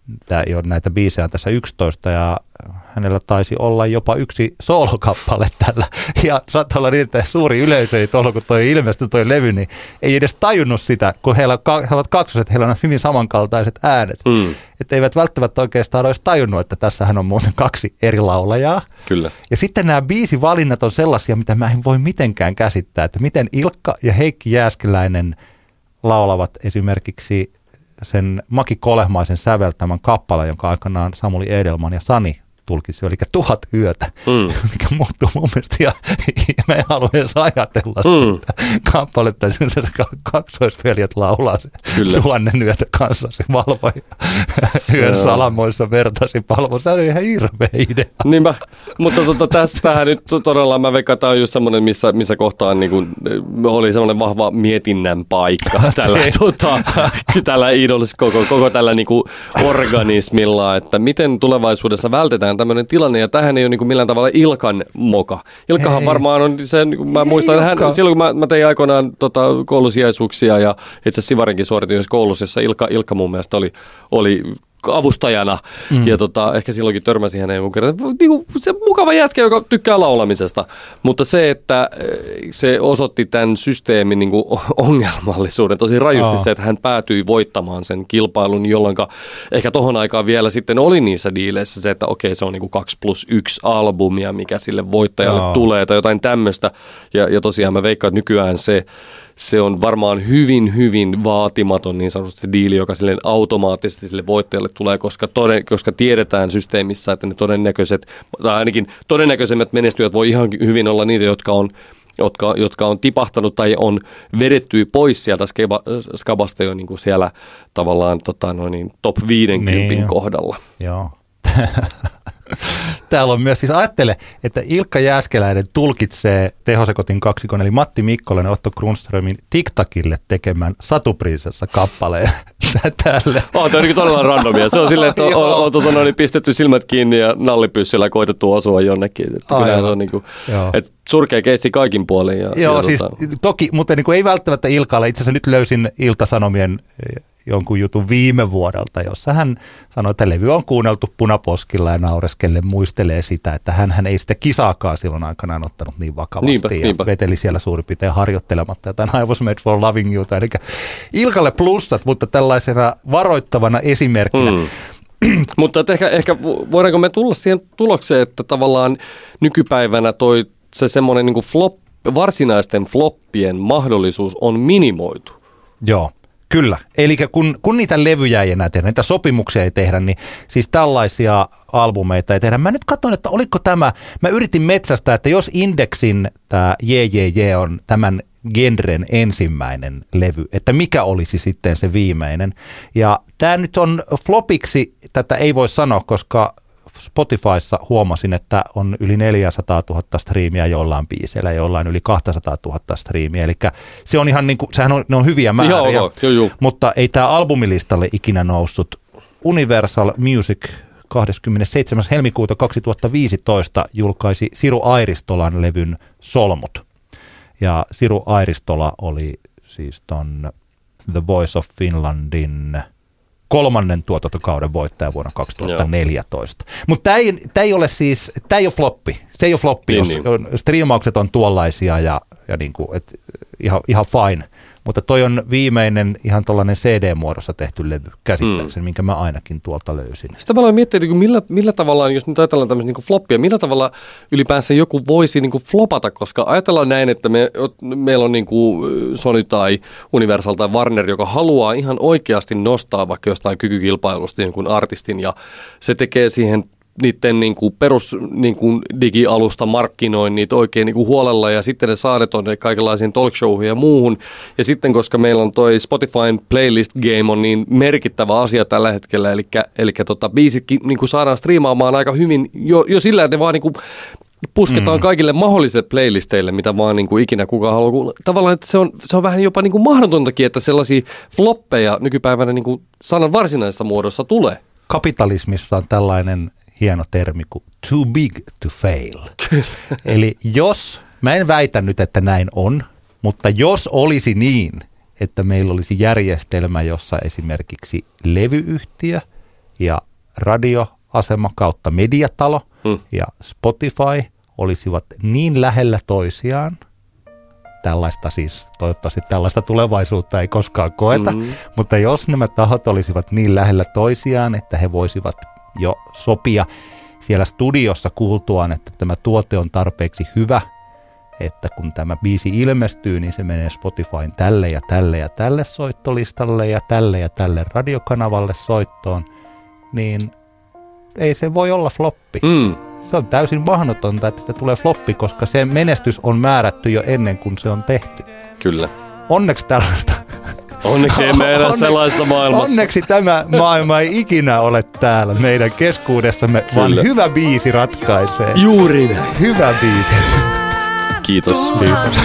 Näitä biisejä on tässä yksitoista ja hänellä taisi olla jopa yksi soolokappale tällä. Ja saattaa olla niin, että suuri yleisö ei tuolla, kun toi ilmestyi toi levy, niin ei edes tajunnut sitä, kun heillä he ovat kaksoset, heillä on hyvin samankaltaiset äänet. Mm. Että eivät välttämättä oikeastaan olisi tajunnut, että tässähän on muuten kaksi eri laulajaa. Kyllä. Ja sitten nämä biisivalinnat on sellaisia, mitä mä en voi mitenkään käsittää, että miten Ilkka ja Heikki Jääskeläinen laulavat esimerkiksi sen Maki Kolehmaisen säveltämän kappaleen, jonka aikanaan Samuli Edelman ja Sani tulkisi, eli Tuhat yötä, mm. mikä muuttuu mun mielestä, ja, ja mä en halua edes ajatella mm. sitä kappaletta, että kaksoisveljet laulaa se Kyllä. Tuhannen yötä kanssasi valvoja, yön salamoissa vertasi palvo, se oli ihan hirveä idea. Niinpä, mutta tota, tästähän nyt todella mä veikkaan, tämä on just semmoinen, missä, missä kohtaan niin kuin, oli semmoinen vahva mietinnän paikka tällä, tota, tällä idolis, koko, koko tällä niin kuin organismilla, että miten tulevaisuudessa vältetään tämmöinen tilanne, ja tähän ei ole niin kuin millään tavalla Ilkan moka. Ilkkahan ei. varmaan on se, niin mä muistan, hän, silloin kun mä, mä tein aikoinaan tota, koulusijaisuuksia, ja itse asiassa Sivarinkin suoritin myös koulussa, jossa Ilkka, Ilkka mun mielestä oli, oli avustajana, mm. ja tota, ehkä silloinkin törmäsi häneen mun kerran. Niin se mukava jätkä, joka tykkää laulamisesta, mutta se, että se osoitti tämän systeemin niin kuin ongelmallisuuden tosi rajusti oh. se, että hän päätyi voittamaan sen kilpailun, jolloin ehkä tohon aikaan vielä sitten oli niissä diileissä se, että okei, se on niin kuin kaksi plus yksi albumia, mikä sille voittajalle oh. tulee, tai jotain tämmöistä, ja, ja tosiaan mä veikkaan, että nykyään se Se on varmaan hyvin, hyvin vaatimaton niin sanotusti se diili, joka sille automaattisesti sille voittajalle tulee, koska, toden, koska tiedetään systeemissä, että ne todennäköiset, tai ainakin todennäköisemmät menestyjät voi ihan hyvin olla niitä, jotka on jotka, jotka on tipahtanut tai on vedetty pois sieltä skeba, skabasta jo niin kuin siellä tavallaan tota, no niin, top viisikymmentä niin, kohdalla. Joo. Täällä on myös, siis ajattele, että Ilkka Jääskeläinen tulkitsee tehosekotin kaksikon, eli Matti Mikkonen ja Otto Grundströmin TikTokille tekemän Satuprinsessa-kappaleen tälle. Oh, tämä on todella randomia. Se on silleen, että on, on, on, on, on pistetty silmät kiinni ja nallipyssyllä koitettu osua jonnekin. Että on niin kuin, että surkea keissi kaikin puolin. Ja, Joo, ja siis tota... toki, mutta niin kuin ei välttämättä Ilkalla. Itse asiassa nyt löysin Ilta-Sanomien jonkun jutun viime vuodelta, jossa hän sanoi, että levy on kuunneltu punaposkilla ja naureskelle muistelee sitä, että hän ei sitä kisaakaan silloin aikanaan ottanut niin vakavasti niinpä, ja niinpä. veteli siellä suurin piirtein harjoittelematta jotain I was made for loving you. Eli Ilkalle plussat, mutta tällaisena varoittavana esimerkkinä. Hmm. Mutta ehkä, ehkä voidaanko me tulla siihen tulokseen, että tavallaan nykypäivänä toi se semmoinen niin kuin flop, varsinaisten floppien mahdollisuus on minimoitu. Joo. Kyllä. Eli kun, kun niitä levyjä ei enää tehdä, niitä sopimuksia ei tehdä, niin siis tällaisia albumeita ei tehdä. Mä nyt katson, että oliko tämä, mä yritin metsästä, että jos Indexin tämä J J J on tämän genren ensimmäinen levy, että mikä olisi sitten se viimeinen. Ja tämä nyt on flopiksi, tätä ei voi sanoa, koska Spotifyssa huomasin, että on yli neljäsataatuhatta striimiä jollain biiseillä, jollain yli kaksisataatuhatta striimiä. Eli se on ihan niin kuin, sehän on, ne on hyviä määriä, joo, joo, joo. Mutta ei tämä albumilistalle ikinä noussut. Universal Music kahdeskymmenesseitsemäs helmikuuta kaksituhattaviisitoista julkaisi Siru Airistolan levyn Solmut. Ja Siru Airistola oli siis ton The Voice of Finlandin kolmannen tuotantokauden voittaja vuonna kaksituhattaneljätoista. Mutta tämä ei, ei ole siis, tämä ei ole floppi. Se ei ole floppi, niin, jos niin. striimaukset on tuollaisia ja, ja niinku, et, ihan, ihan fine. Mutta toi on viimeinen ihan tuollainen C D-muodossa tehty levy käsittääkseni, mm. minkä mä ainakin tuolta löysin. Sitä mä aloin miettiä, että millä, millä tavalla, jos nyt ajatellaan tämmöistä niin floppia, millä tavalla ylipäänsä joku voisi niin flopata, koska ajatellaan näin, että me, meillä on niin kuin Sony tai Universal tai Warner, joka haluaa ihan oikeasti nostaa vaikka jostain kykykilpailusta jonkun artistin ja se tekee siihen niiden niin kuin perus niin kuin digialusta markkinoin niitä oikein niin kuin huolella ja sitten ne saadet on kaikenlaisiin talkshowihin ja muuhun. Ja sitten koska meillä on toi Spotifyn playlist game on niin merkittävä asia tällä hetkellä, eli, eli tota, biisitkin niin kuin saadaan striimaamaan aika hyvin jo, jo sillä, että ne vaan niin kuin pusketaan mm. kaikille mahdollisille playlisteille, mitä vaan niin kuin ikinä kukaan haluaa. Tavallaan, että se on, se on vähän jopa niin kuin mahdotontakin, että sellaisia floppeja nykypäivänä niin kuin sanan varsinaisessa muodossa tulee. Kapitalismissa on tällainen hieno termi kuin too big to fail. Eli jos, mä en väitä nyt, että näin on, mutta jos olisi niin, että meillä olisi järjestelmä, jossa esimerkiksi levyyhtiö ja radioasema kautta mediatalo mm. ja Spotify olisivat niin lähellä toisiaan, tällaista siis, toivottavasti tällaista tulevaisuutta ei koskaan koeta, mm. mutta jos nämä tahot olisivat niin lähellä toisiaan, että he voisivat jo sopia siellä studiossa kuultuaan, että tämä tuote on tarpeeksi hyvä, että kun tämä biisi ilmestyy, niin se menee Spotifyn tälle ja tälle ja tälle soittolistalle ja tälle ja tälle radiokanavalle soittoon, niin ei se voi olla floppi. Mm. Se on täysin mahdotonta, että sitä tulee floppi, koska se menestys on määrätty jo ennen kuin se on tehty. Kyllä. Onneksi tällaista. Onneksi emme elä sellaisessa maailmassa. Onneksi tämä maailma ei ikinä ole täällä meidän keskuudessamme, Kyllä. vaan hyvä biisi ratkaisee. Juuri näin. Hyvä biisi. Kiitos. Kiitos.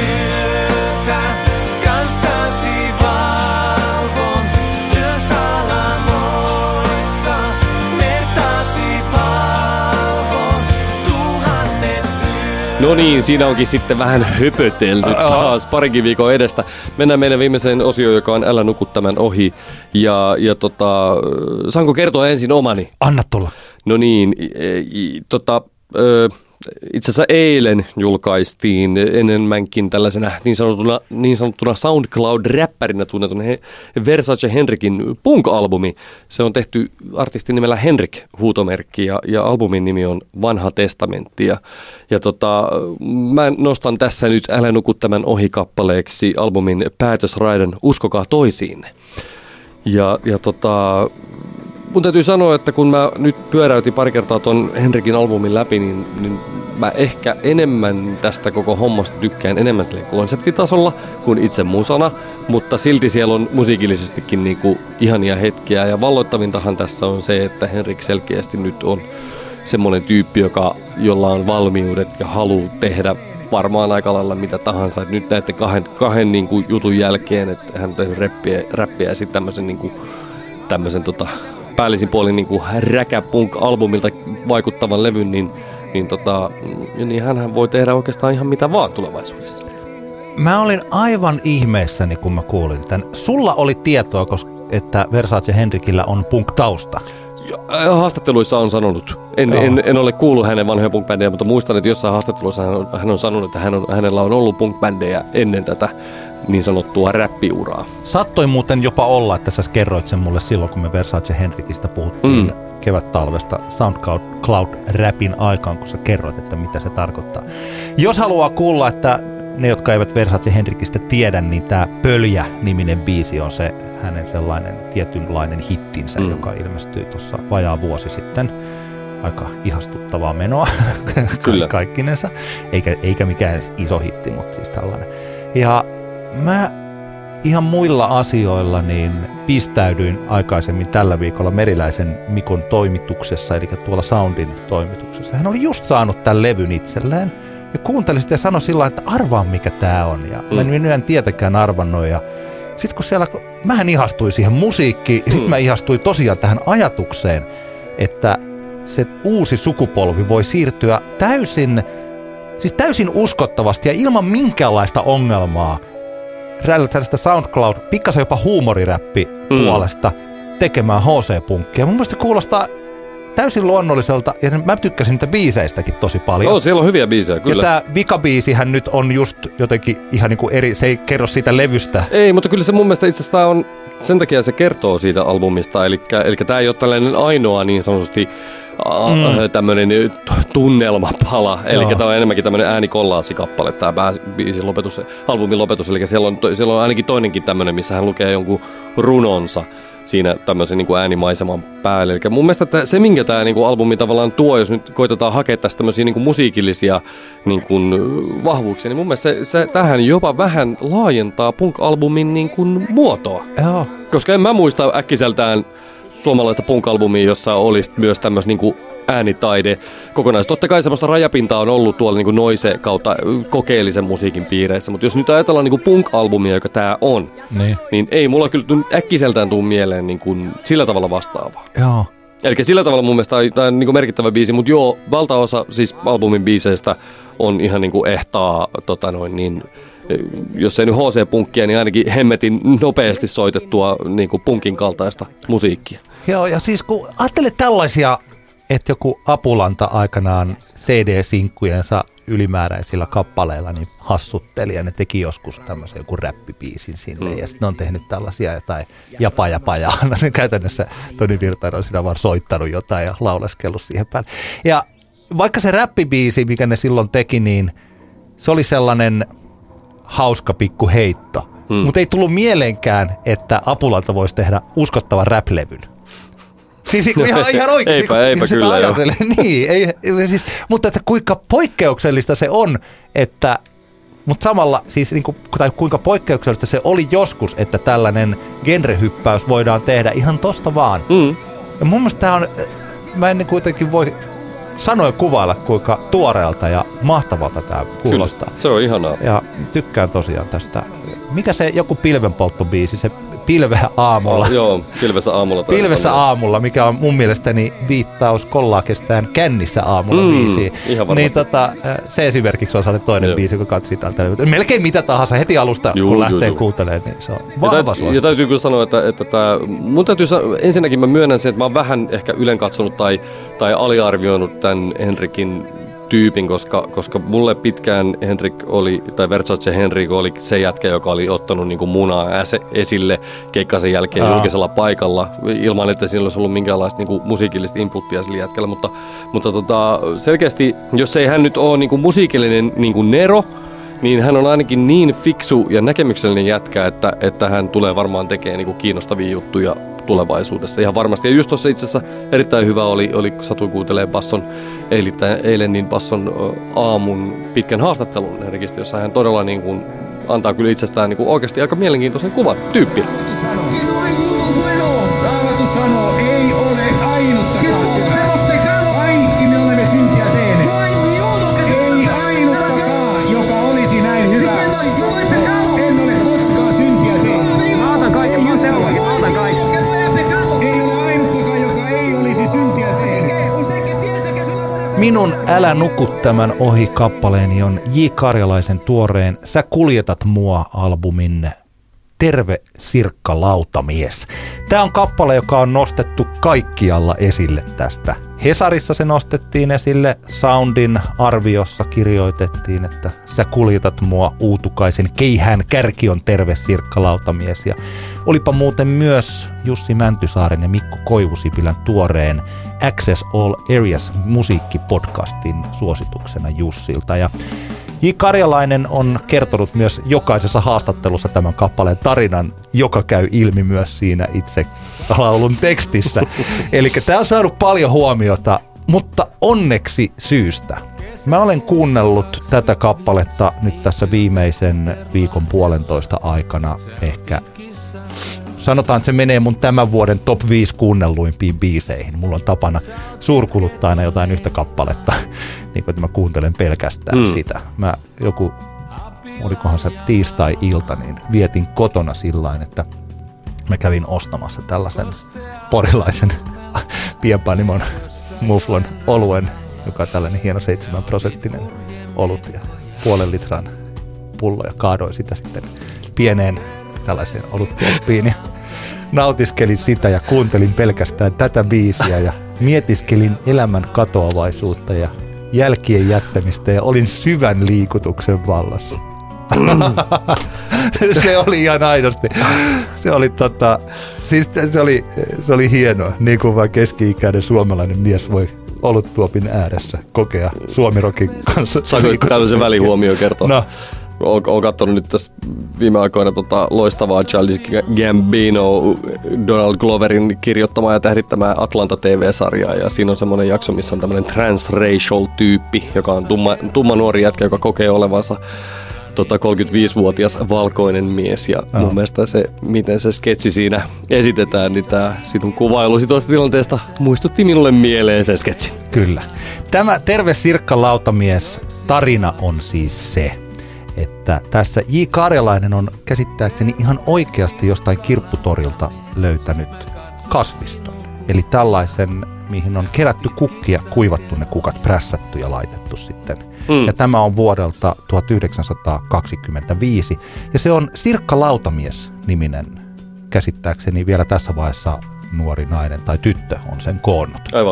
No niin, siinä onkin sitten vähän höpötelty taas parikin viikon edestä. Mennään meidän viimeiseen osioon, joka on Älä nuku tämän ohi. Ja, ja tota, saanko kertoa ensin omani? Anna tulla. No niin, e, tota, e, itse asiassa eilen julkaistiin enemmänkin tällaisena niin sanottuna, niin sanottuna SoundCloud-räppärinä tunnetun he, Versace Henrikin punk-albumi. Se on tehty artistin nimellä Henrik huutomerkki ja, ja albumin nimi on Vanha testamentti. Ja, ja tota, mä nostan tässä nyt Älä nuku tämän ohi -kappaleeksi albumin päätösraidan Uskokaa toisiinne. Ja, ja tota, mun täytyy sanoa, että kun mä nyt pyöräytin pari kertaa ton Henrikin albumin läpi, niin, niin mä ehkä enemmän tästä koko hommasta tykkään enemmän konseptitasolla kuin itse musana, mutta silti siellä on musiikillisestikin niinku ihania hetkiä. Ja valloittavintahan tässä on se, että Henrik selkeästi nyt on semmoinen tyyppi, joka, jolla on valmiudet ja halu tehdä varmaan aika lailla mitä tahansa. Et nyt näette kahden, kahden niin kuin jutun jälkeen, että hän on tehnyt räppiä, räppiä ja sitten tämmöisen, niin kuin, tämmöisen tota, päällisin puolin niin kuin räkä-punk-albumilta vaikuttavan levyn, niin, niin, tota, niin hänhän voi tehdä oikeastaan ihan mitä vaan tulevaisuudessa. Mä olin aivan ihmeessäni, kun mä kuulin tämän. Sulla oli tietoa, koska, että Versace Henrikillä on punk-tausta. Haastatteluissa on sanonut. En, en, en ole kuullut hänen vanhoja punk-bändejä, mutta muistan, että jossain haastatteluissa hän on, hän on sanonut, että hän on, hänellä on ollut punk-bändejä ennen tätä niin sanottua räppiuraa. Sattoi muuten jopa olla, että sä kerroit sen mulle silloin, kun me Versace Henrikistä puhuttiin mm. kevät-talvesta SoundCloud-räpin aikaan, kun sä kerroit, että mitä se tarkoittaa. Jos haluaa kuulla, että ne, jotka eivät Versace Henrikistä tiedä, niin tämä Pöljä-niminen biisi on se hänen sellainen tietynlainen hittinsä, mm. joka ilmestyi tuossa vajaa vuosi sitten. Aika ihastuttavaa menoa Kyllä. kaikkinensa, eikä, eikä mikään iso hitti, mutta siis tällainen. Ja mä ihan muilla asioilla niin pistäydyin aikaisemmin tällä viikolla Meriläisen Mikon toimituksessa, eli tuolla Soundin toimituksessa. Hän oli just saanut tämän levyn itselleen ja kuuntelin sitä ja sanoi sillä että arvaa mikä tää on. Ja mm. mä en minä en tietenkään arvannut ja sit kun siellä, mähän ihastuin siihen musiikkiin ja sit mm. mä ihastuin tosiaan tähän ajatukseen, että se uusi sukupolvi voi siirtyä täysin, siis täysin uskottavasti ja ilman minkäänlaista ongelmaa tällaista SoundCloud, pikkasen jopa huumoriräppi mm. puolesta tekemään H C-punkkia. Mun mielestä kuulostaa täysin luonnolliselta ja mä tykkäsin niitä biiseistäkin tosi paljon. Joo, siellä on hyviä biisejä, kyllä. Ja tää vikabiisihän nyt on just jotenkin ihan niinku eri, se ei kerro siitä levystä. Ei, mutta kyllä se mun mielestä itse asiassa on, sen takia se kertoo siitä albumista, eli, eli tää ei ole tällainen ainoa niin sanotusti Mm. tämmöinen tunnelmapala, eli tämä on enemmänkin tämmöinen äänikollaasikappale, tämä biisin lopetus, albumin lopetus, eli siellä on, siellä on ainakin toinenkin tämmöinen, missä hän lukee jonkun runonsa siinä tämmöisen niin kuin äänimaiseman päälle. Eli mun mielestä että se, minkä tämä niin kuin albumi tavallaan tuo, jos nyt koitetaan hakea tästä tämmöisiä niin kuin musiikillisia niin kuin vahvuuksia, niin mun mielestä se, se tähän jopa vähän laajentaa punk-albumin niin kuin muotoa. Joo. Koska en mä muista äkkiseltään suomalaista punk-albumia, jossa olisi myös tämmöistä niin kuin äänitaide kokonaisuus. Totta kai semmoista rajapintaa on ollut tuolla niin kuin noise kautta kokeellisen musiikin piireissä, mutta jos nyt ajatellaan niin kuin punk-albumia, joka tää on, niin. niin ei mulla kyllä äkkiseltään tule mieleen niin kuin sillä tavalla vastaavaa. Joo. Eli sillä tavalla mun mielestä tämä on niin kuin merkittävä biisi, mutta joo, valtaosa siis albumin biiseistä on ihan niin kuin ehtaa, tota noin niin, jos ei nyt H C-punkkia, niin ainakin hemmetin nopeasti soitettua niin kuin punkin kaltaista musiikkia. Joo, ja siis kun ajattelet tällaisia, että joku Apulanta aikanaan C D-sinkkujensa ylimääräisillä kappaleilla niin hassutteli, ja ne teki joskus tämmöisen joku räppibiisin sinne, mm. ja sitten ne on tehnyt tällaisia jotain japa japa ja käytännössä Toni Virtanen on siinä vaan soittanut jotain ja lauleskellut siihen päälle. Ja vaikka se räppibiisi, mikä ne silloin teki, niin se oli sellainen hauska pikku heitto. Hmm. Mutta ei tullut mieleenkään, että Apulanta voisi tehdä uskottavan rap-levyn. Siis no, ihan, ihan oikein. Eipä, eipä kyllä niin, ei, siis, mutta että kuinka poikkeuksellista se on, että, mutta samalla siis niin kuin, tai kuinka poikkeuksellista se oli joskus, että tällainen genrehyppäys voidaan tehdä ihan tosta vaan. Hmm. Ja mun mielestä tämä on, mä en kuitenkin voi sanoin kuvailla, kuinka tuoreelta ja mahtavalta tämä kuulostaa. Kyllä, se on ihanaa. Ja tykkään tosiaan tästä. Mikä se joku pilvenpolttobiisi, se Pilveä aamulla. Oh, joo, Pilvessä aamulla. Pilvessä aamulla, mikä on mun mielestäni viittaus Kollakestään Kännissä aamulla mm, biisiin. Niin tota, se esimerkiksi on sellainen toinen joo. biisi, kun katsitaan tällä. Melkein mitä tahansa heti alusta, juu, kun lähtee juu, kuuntelemaan, niin se on vahva suosittu. Ja täytyy kyllä sanoa, että, että tää, mun täytyy ensinnäkin mä myönnän sen, että mä oon vähän ehkä ylenkatsonut tai, tai aliarvioinut tämän Henrikin tyypin, koska, koska mulle pitkään Henrik oli, tai Versace Henrik oli se jätkä, joka oli ottanut niin kuin munaa esille keikkasen jälkeen Aa. julkisella paikalla, ilman että siinä olisi ollut minkäänlaista niin kuin musiikillista inputtia sillä jätkällä, mutta, mutta tota, selkeästi, jos ei hän nyt ole niin kuin musiikillinen niin kuin nero, niin hän on ainakin niin fiksu ja näkemyksellinen jätkä, että, että hän tulee varmaan tekemään niin kuin kiinnostavia juttuja tulevaisuudessa ihan varmasti. Ja just tuossa itse asiassa erittäin hyvä oli, oli kun satuin kuuntelemaan Basson eilen, eilen niin Basson aamun pitkän haastattelun Henrikistä, jossa hän todella niin kuin antaa kyllä itsestään niin kuin oikeasti aika mielenkiintoisen kuvan tyyppi. Raamattu sanoo, ei ole ainuttakaan. Kaikki me olemme syntiä tehneet. Ei ainuttakaan, joka olisi näin hyvä. En ole koskaan syntiä tehnyt. Mä otan kaiken, mä oon sellainen, mä otan kaiken. Ei ole ainuttakaan, joka ei olisi syntiä tehnyt. Minun Älä nuku tämän ohi -kappaleeni on J. Karjalaisen tuoreen Sä kuljetat mua -albumin Terve Sirkka Lautamies. Tämä on kappale, joka on nostettu kaikkialla esille tästä. Hesarissa se nostettiin esille, Soundin arviossa kirjoitettiin, että sä kuljetat mua Uutukaisen keihään kärki on Terve Sirkka Lautamies. Ja olipa muuten myös Jussi Mäntysaaren ja Mikko Koivusipilän tuoreen Access All Areas musiikkipodcastin suosituksena Jussilta. Ja J. Karjalainen on kertonut myös jokaisessa haastattelussa tämän kappaleen tarinan, joka käy ilmi myös siinä itse laulun tekstissä. Eli tämä on saanut paljon huomiota, mutta onneksi syystä. Mä olen kuunnellut tätä kappaletta nyt tässä viimeisen viikon puolentoista aikana ehkä. Sanotaan, että se menee mun tämän vuoden top viisi kuunnelluimpiin biiseihin. Mulla on tapana suurkuluttaa aina jotain yhtä kappaletta, niin kuin että mä kuuntelen pelkästään mm. sitä. Mä joku, olikohan se tiistai-ilta, niin vietin kotona sillain, että mä kävin ostamassa tällaisen porilaisen pienpanimon muflon oluen, joka on tällainen hieno seitsemän prosenttinen olut ja puolen litran pullo, ja kaadoin sitä sitten pieneen tällaiseen oluttuoppiin ja nautiskelin sitä ja kuuntelin pelkästään tätä biisiä ja mietiskelin elämän katoavaisuutta ja jälkien jättämistä ja olin syvän liikutuksen vallassa. Mm. Se oli ihan aidosti. Se oli, tota, siis se oli, se oli hienoa, niin kuin vain keski-ikäinen suomalainen mies voi oluttuopin ääressä kokea suomirokin kanssa. Saanko tämmöisen välihuomioon kertoa? No. Olen, olen katsonut nyt tässä viime aikoina tota loistavaa Childish Gambino, Donald Gloverin kirjoittamaa ja tähdittämää Atlanta T V-sarjaa. Ja siinä on semmoinen jakso, missä on tämmöinen transracial-tyyppi, joka on tumma, tumma nuori jätkä, joka kokee olevansa tota, kolmekymmentäviisivuotias valkoinen mies. Ja oh. mun mielestä se, miten se sketsi siinä esitetään, niin tämä sinun kuvailusi tuosta tilanteesta muistutti minulle mieleen sen sketsin. Kyllä. Tämä Terve Sirkka Lautamies -tarina on siis se, että tässä J. Karjalainen on käsittääkseni ihan oikeasti jostain kirpputorilta löytänyt kasviston. Eli tällaisen, mihin on kerätty kukkia, kuivattu ne kukat, prässätty ja laitettu sitten. Mm. Ja tämä on vuodelta tuhatyhdeksänsataakaksikymmentäviisi. Ja se on Sirkka Lautamies-niminen, käsittääkseni vielä tässä vaiheessa nuori nainen tai tyttö on sen koonnut. Aivan.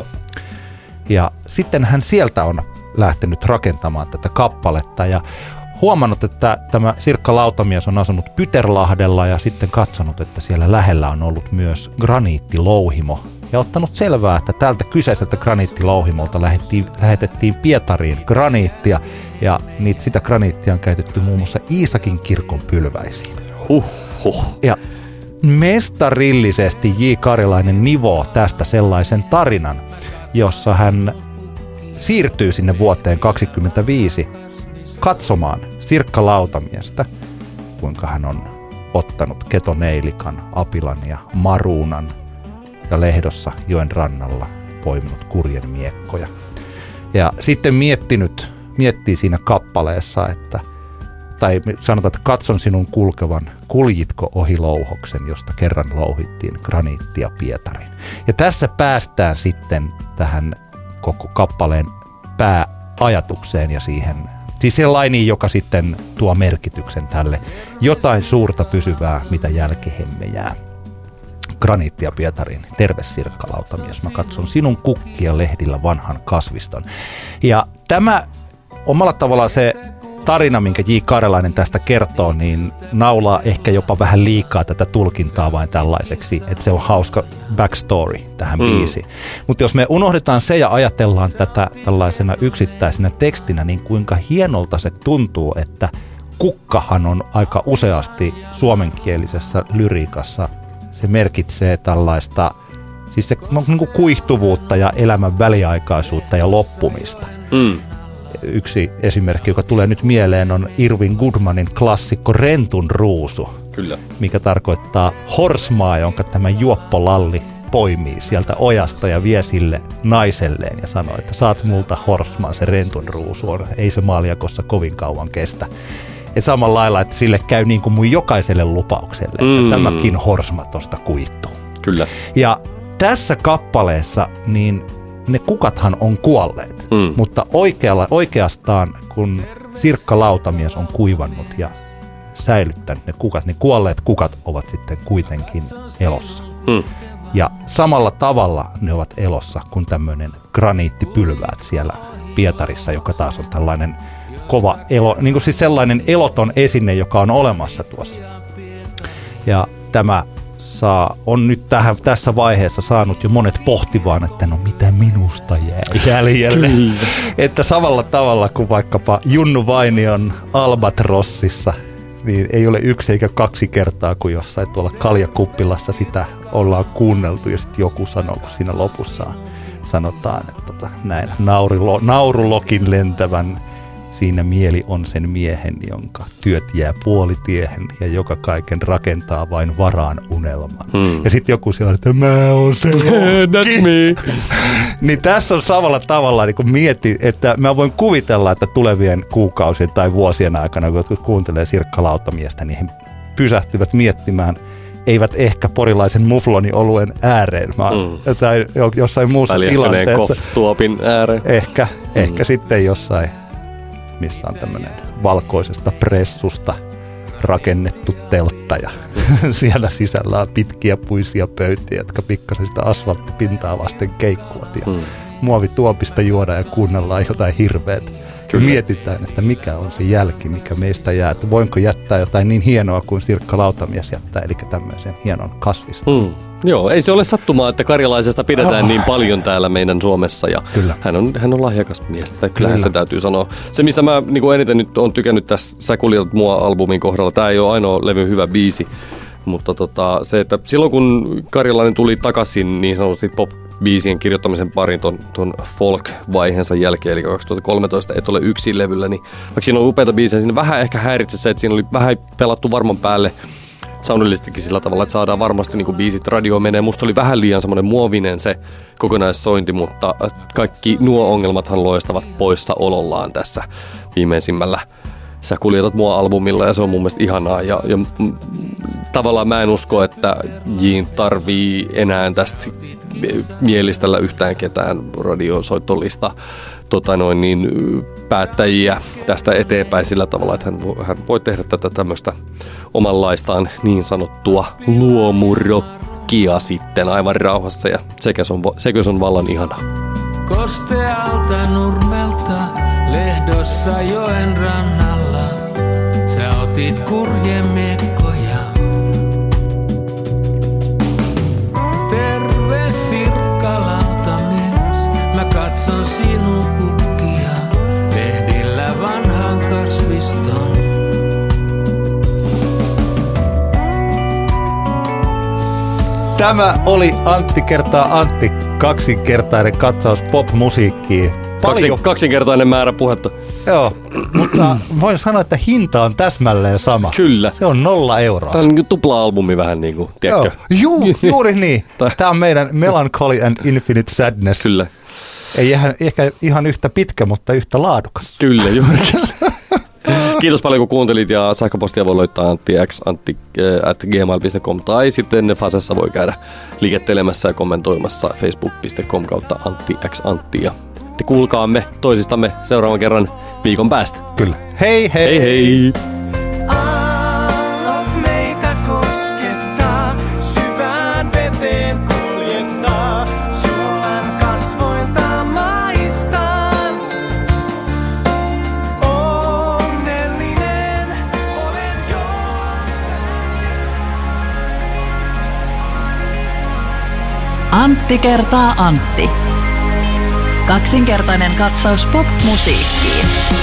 Ja sitten hän sieltä on lähtenyt rakentamaan tätä kappaletta ja huomannut, että tämä Sirkka Lautamies on asunut Pyterlahdella ja sitten katsonut, että siellä lähellä on ollut myös graniittilouhimo. Ja ottanut selvää, että tältä kyseiseltä graniittilouhimolta lähetettiin, lähetettiin Pietariin graniittia ja niitä, sitä graniittia on käytetty muun muassa Iisakin kirkon pylväisiin. Huh, huh. Ja mestarillisesti J. Karjalainen nivoo tästä sellaisen tarinan, jossa hän siirtyy sinne vuoteen kaksikymmentäviisi katsomaan Sirkka Lautamiestä, kuinka hän on ottanut ketoneilikan, apilan ja maruunan ja Lehdossa joen rannalla poiminut kurjen miekkoja. Ja sitten miettinyt, miettii siinä kappaleessa, että, tai sanotaan, että katson sinun kulkevan, kuljitko ohi louhoksen, josta kerran louhittiin graniittia Pietariin. Ja tässä päästään sitten tähän koko kappaleen pääajatukseen ja siihen, siis se lainiin, joka sitten tuo merkityksen tälle jotain suurta pysyvää, mitä jälkihemme jää. Graniittia Pietariin, terve Sirkka Lautamies, mä katson sinun kukkia lehdillä vanhan kasviston. Ja tämä omalla tavallaan se tarina, minkä J. Karjalainen tästä kertoo, niin naulaa ehkä jopa vähän liikaa tätä tulkintaa vain tällaiseksi, että se on hauska backstory tähän mm. biisiin. Mutta jos me unohdetaan se ja ajatellaan tätä tällaisena yksittäisenä tekstinä, niin kuinka hienolta se tuntuu, että kukkahan on aika useasti suomenkielisessä lyriikassa se merkitsee tällaista, siis se niin kuin kuihtuvuutta ja elämän väliaikaisuutta ja loppumista. Mm. Yksi esimerkki, joka tulee nyt mieleen, on Irving Goodmanin klassikko Rentun ruusu, Kyllä. mikä tarkoittaa horsmaa, jonka tämä juoppolalli poimii sieltä ojasta ja vie sille naiselleen ja sanoo, että saat multa horsmaan, se Rentun ruusu on, ei se maaliakossa kovin kauan kestä. Et samalla lailla, että sille käy niin kuin mun jokaiselle lupaukselle, että mm. tämäkin horsma tosta kuihtuu. Kyllä. Ja tässä kappaleessa niin ne kukathan on kuolleet, mm. mutta oikealla, oikeastaan kun Sirkka Lautamies on kuivannut ja säilyttänyt ne kukat, niin kuolleet kukat ovat sitten kuitenkin elossa. Mm. Ja samalla tavalla ne ovat elossa kuin tämmöinen graniittipylväät siellä Pietarissa, joka taas on tällainen kova elo, niin kuin siis sellainen eloton esine, joka on olemassa tuossa. Ja tämä saa, on nyt tähän, tässä vaiheessa saanut jo monet pohtivaan, että no mitä minusta jää jäljelle. Kyllä. Että samalla tavalla kuin vaikkapa Junnu Vainion Albatrossissa, niin ei ole yksi eikä kaksi kertaa, kun jossain tuolla Kaljakuppilassa sitä ollaan kuunneltu ja sitten joku sanoo, kun siinä lopussa sanotaan, että tota, näin naurulo, naurulokin lentävän siinä mieli on sen miehen, jonka työt jää puolitiehen ja joka kaiken rakentaa vain varaan unelman. Hmm. Ja sitten joku siellä, että mä oon se That's me. Niin tässä on samalla tavalla, niin kun mietin, että mä voin kuvitella, että tulevien kuukausien tai vuosien aikana, kun jotkut kuuntelee Sirkka Lautamiestä, niin he pysähtyvät miettimään, eivät ehkä porilaisen muflonioluen ääreen, mm. tai jossain muussa tilanteessa. Tuopin ääreen. Ehkä, mm. ehkä Hmm. sitten jossain, missä on tämmöinen valkoisesta pressusta rakennettu teltta ja siellä sisällä on pitkiä puisia pöytiä, jotka pikkasen sitä asfalttipintaa vasten keikkuvat ja hmm. muovituopista juodaan ja kuunnellaan jotain hirveätä. Mietitään, että mikä on se jälki, mikä meistä jää, että voinko jättää jotain niin hienoa kuin Sirkka Lautamies jättää, eli tämmöisen hienon kasviston. Hmm. Joo, ei se ole sattumaa, että karjalaisesta pidetään oh. niin paljon täällä meidän Suomessa ja Kyllä. hän on, hän on lahjakas mies, tai kyllähän Kyllä. se täytyy sanoa. Se, mistä mä niin kuin eniten nyt olen tykännyt tässä Sä kuljetat mua -albumin kohdalla, tämä ei ole ainoa levyn hyvä biisi, mutta tota, se, että silloin kun Karjalainen tuli takaisin niin sanotusti pop-biisien kirjoittamisen parin ton, ton folk-vaiheensa jälkeen, eli kaksituhattakolmetoista Et ole yksin -levyllä, niin vaikka siinä on upeita biisejä, siinä vähän ehkä häiritsi se, että siinä oli vähän pelattu varman päälle soundillistikin sillä tavalla, että saadaan varmasti niin kuin biisit radioon menee. Musta oli vähän liian semmoinen muovinen se kokonaissointi, mutta kaikki nuo ongelmathan loistavat poissaolollaan tässä viimeisimmällä Sä kuljetat mua -albumilla, ja se on mun mielestä ihanaa. Ja, ja m, tavallaan mä en usko, että Jiin tarvii enää tästä mielistellä yhtään ketään radiosoittolista tota noin, niin, päättäjiä tästä eteenpäin sillä tavalla, että hän voi, hän voi tehdä tätä tämmöistä omanlaistaan niin sanottua luomurokkia sitten aivan rauhassa, ja sekös on, sekös on vallan ihanaa. Kostealta nurmelta lehdossa joen rannalla sä otit kurjemekkoja. Terve Sirkka Lautamies, mä katson sinun kukkia lehdillä vanhan kasviston. Tämä oli Antti kertaa Antti, kaksinkertainen katsaus pop-musiikkiin. Kaksin, kaksinkertainen määrä puhetta. Joo, mutta voin sanoa, että hinta on täsmälleen sama. Kyllä. Se on nolla euroa. Tämä on niin kuin tupla-albumi vähän niin kuin, tiedätkö? Joo, Juu, juuri niin. Tämä on meidän Melancholy and Infinite Sadness. Kyllä. Ei ihan, ehkä ihan yhtä pitkä, mutta yhtä laadukas. Kyllä, juuri. Kiitos paljon, kun kuuntelit, ja sähköpostia voi löytää anttix antti at gmail piste com tai sitten Fasessa voi käydä liikettelemässä ja kommentoimassa facebook piste com kautta anttixantti. Ja te kuulkaamme toisistamme seuraavan kerran viikon päästä. Kyllä. Hei hei! Hei hei! Antti kertaa Antti. Kaksinkertainen katsaus pop-musiikkiin.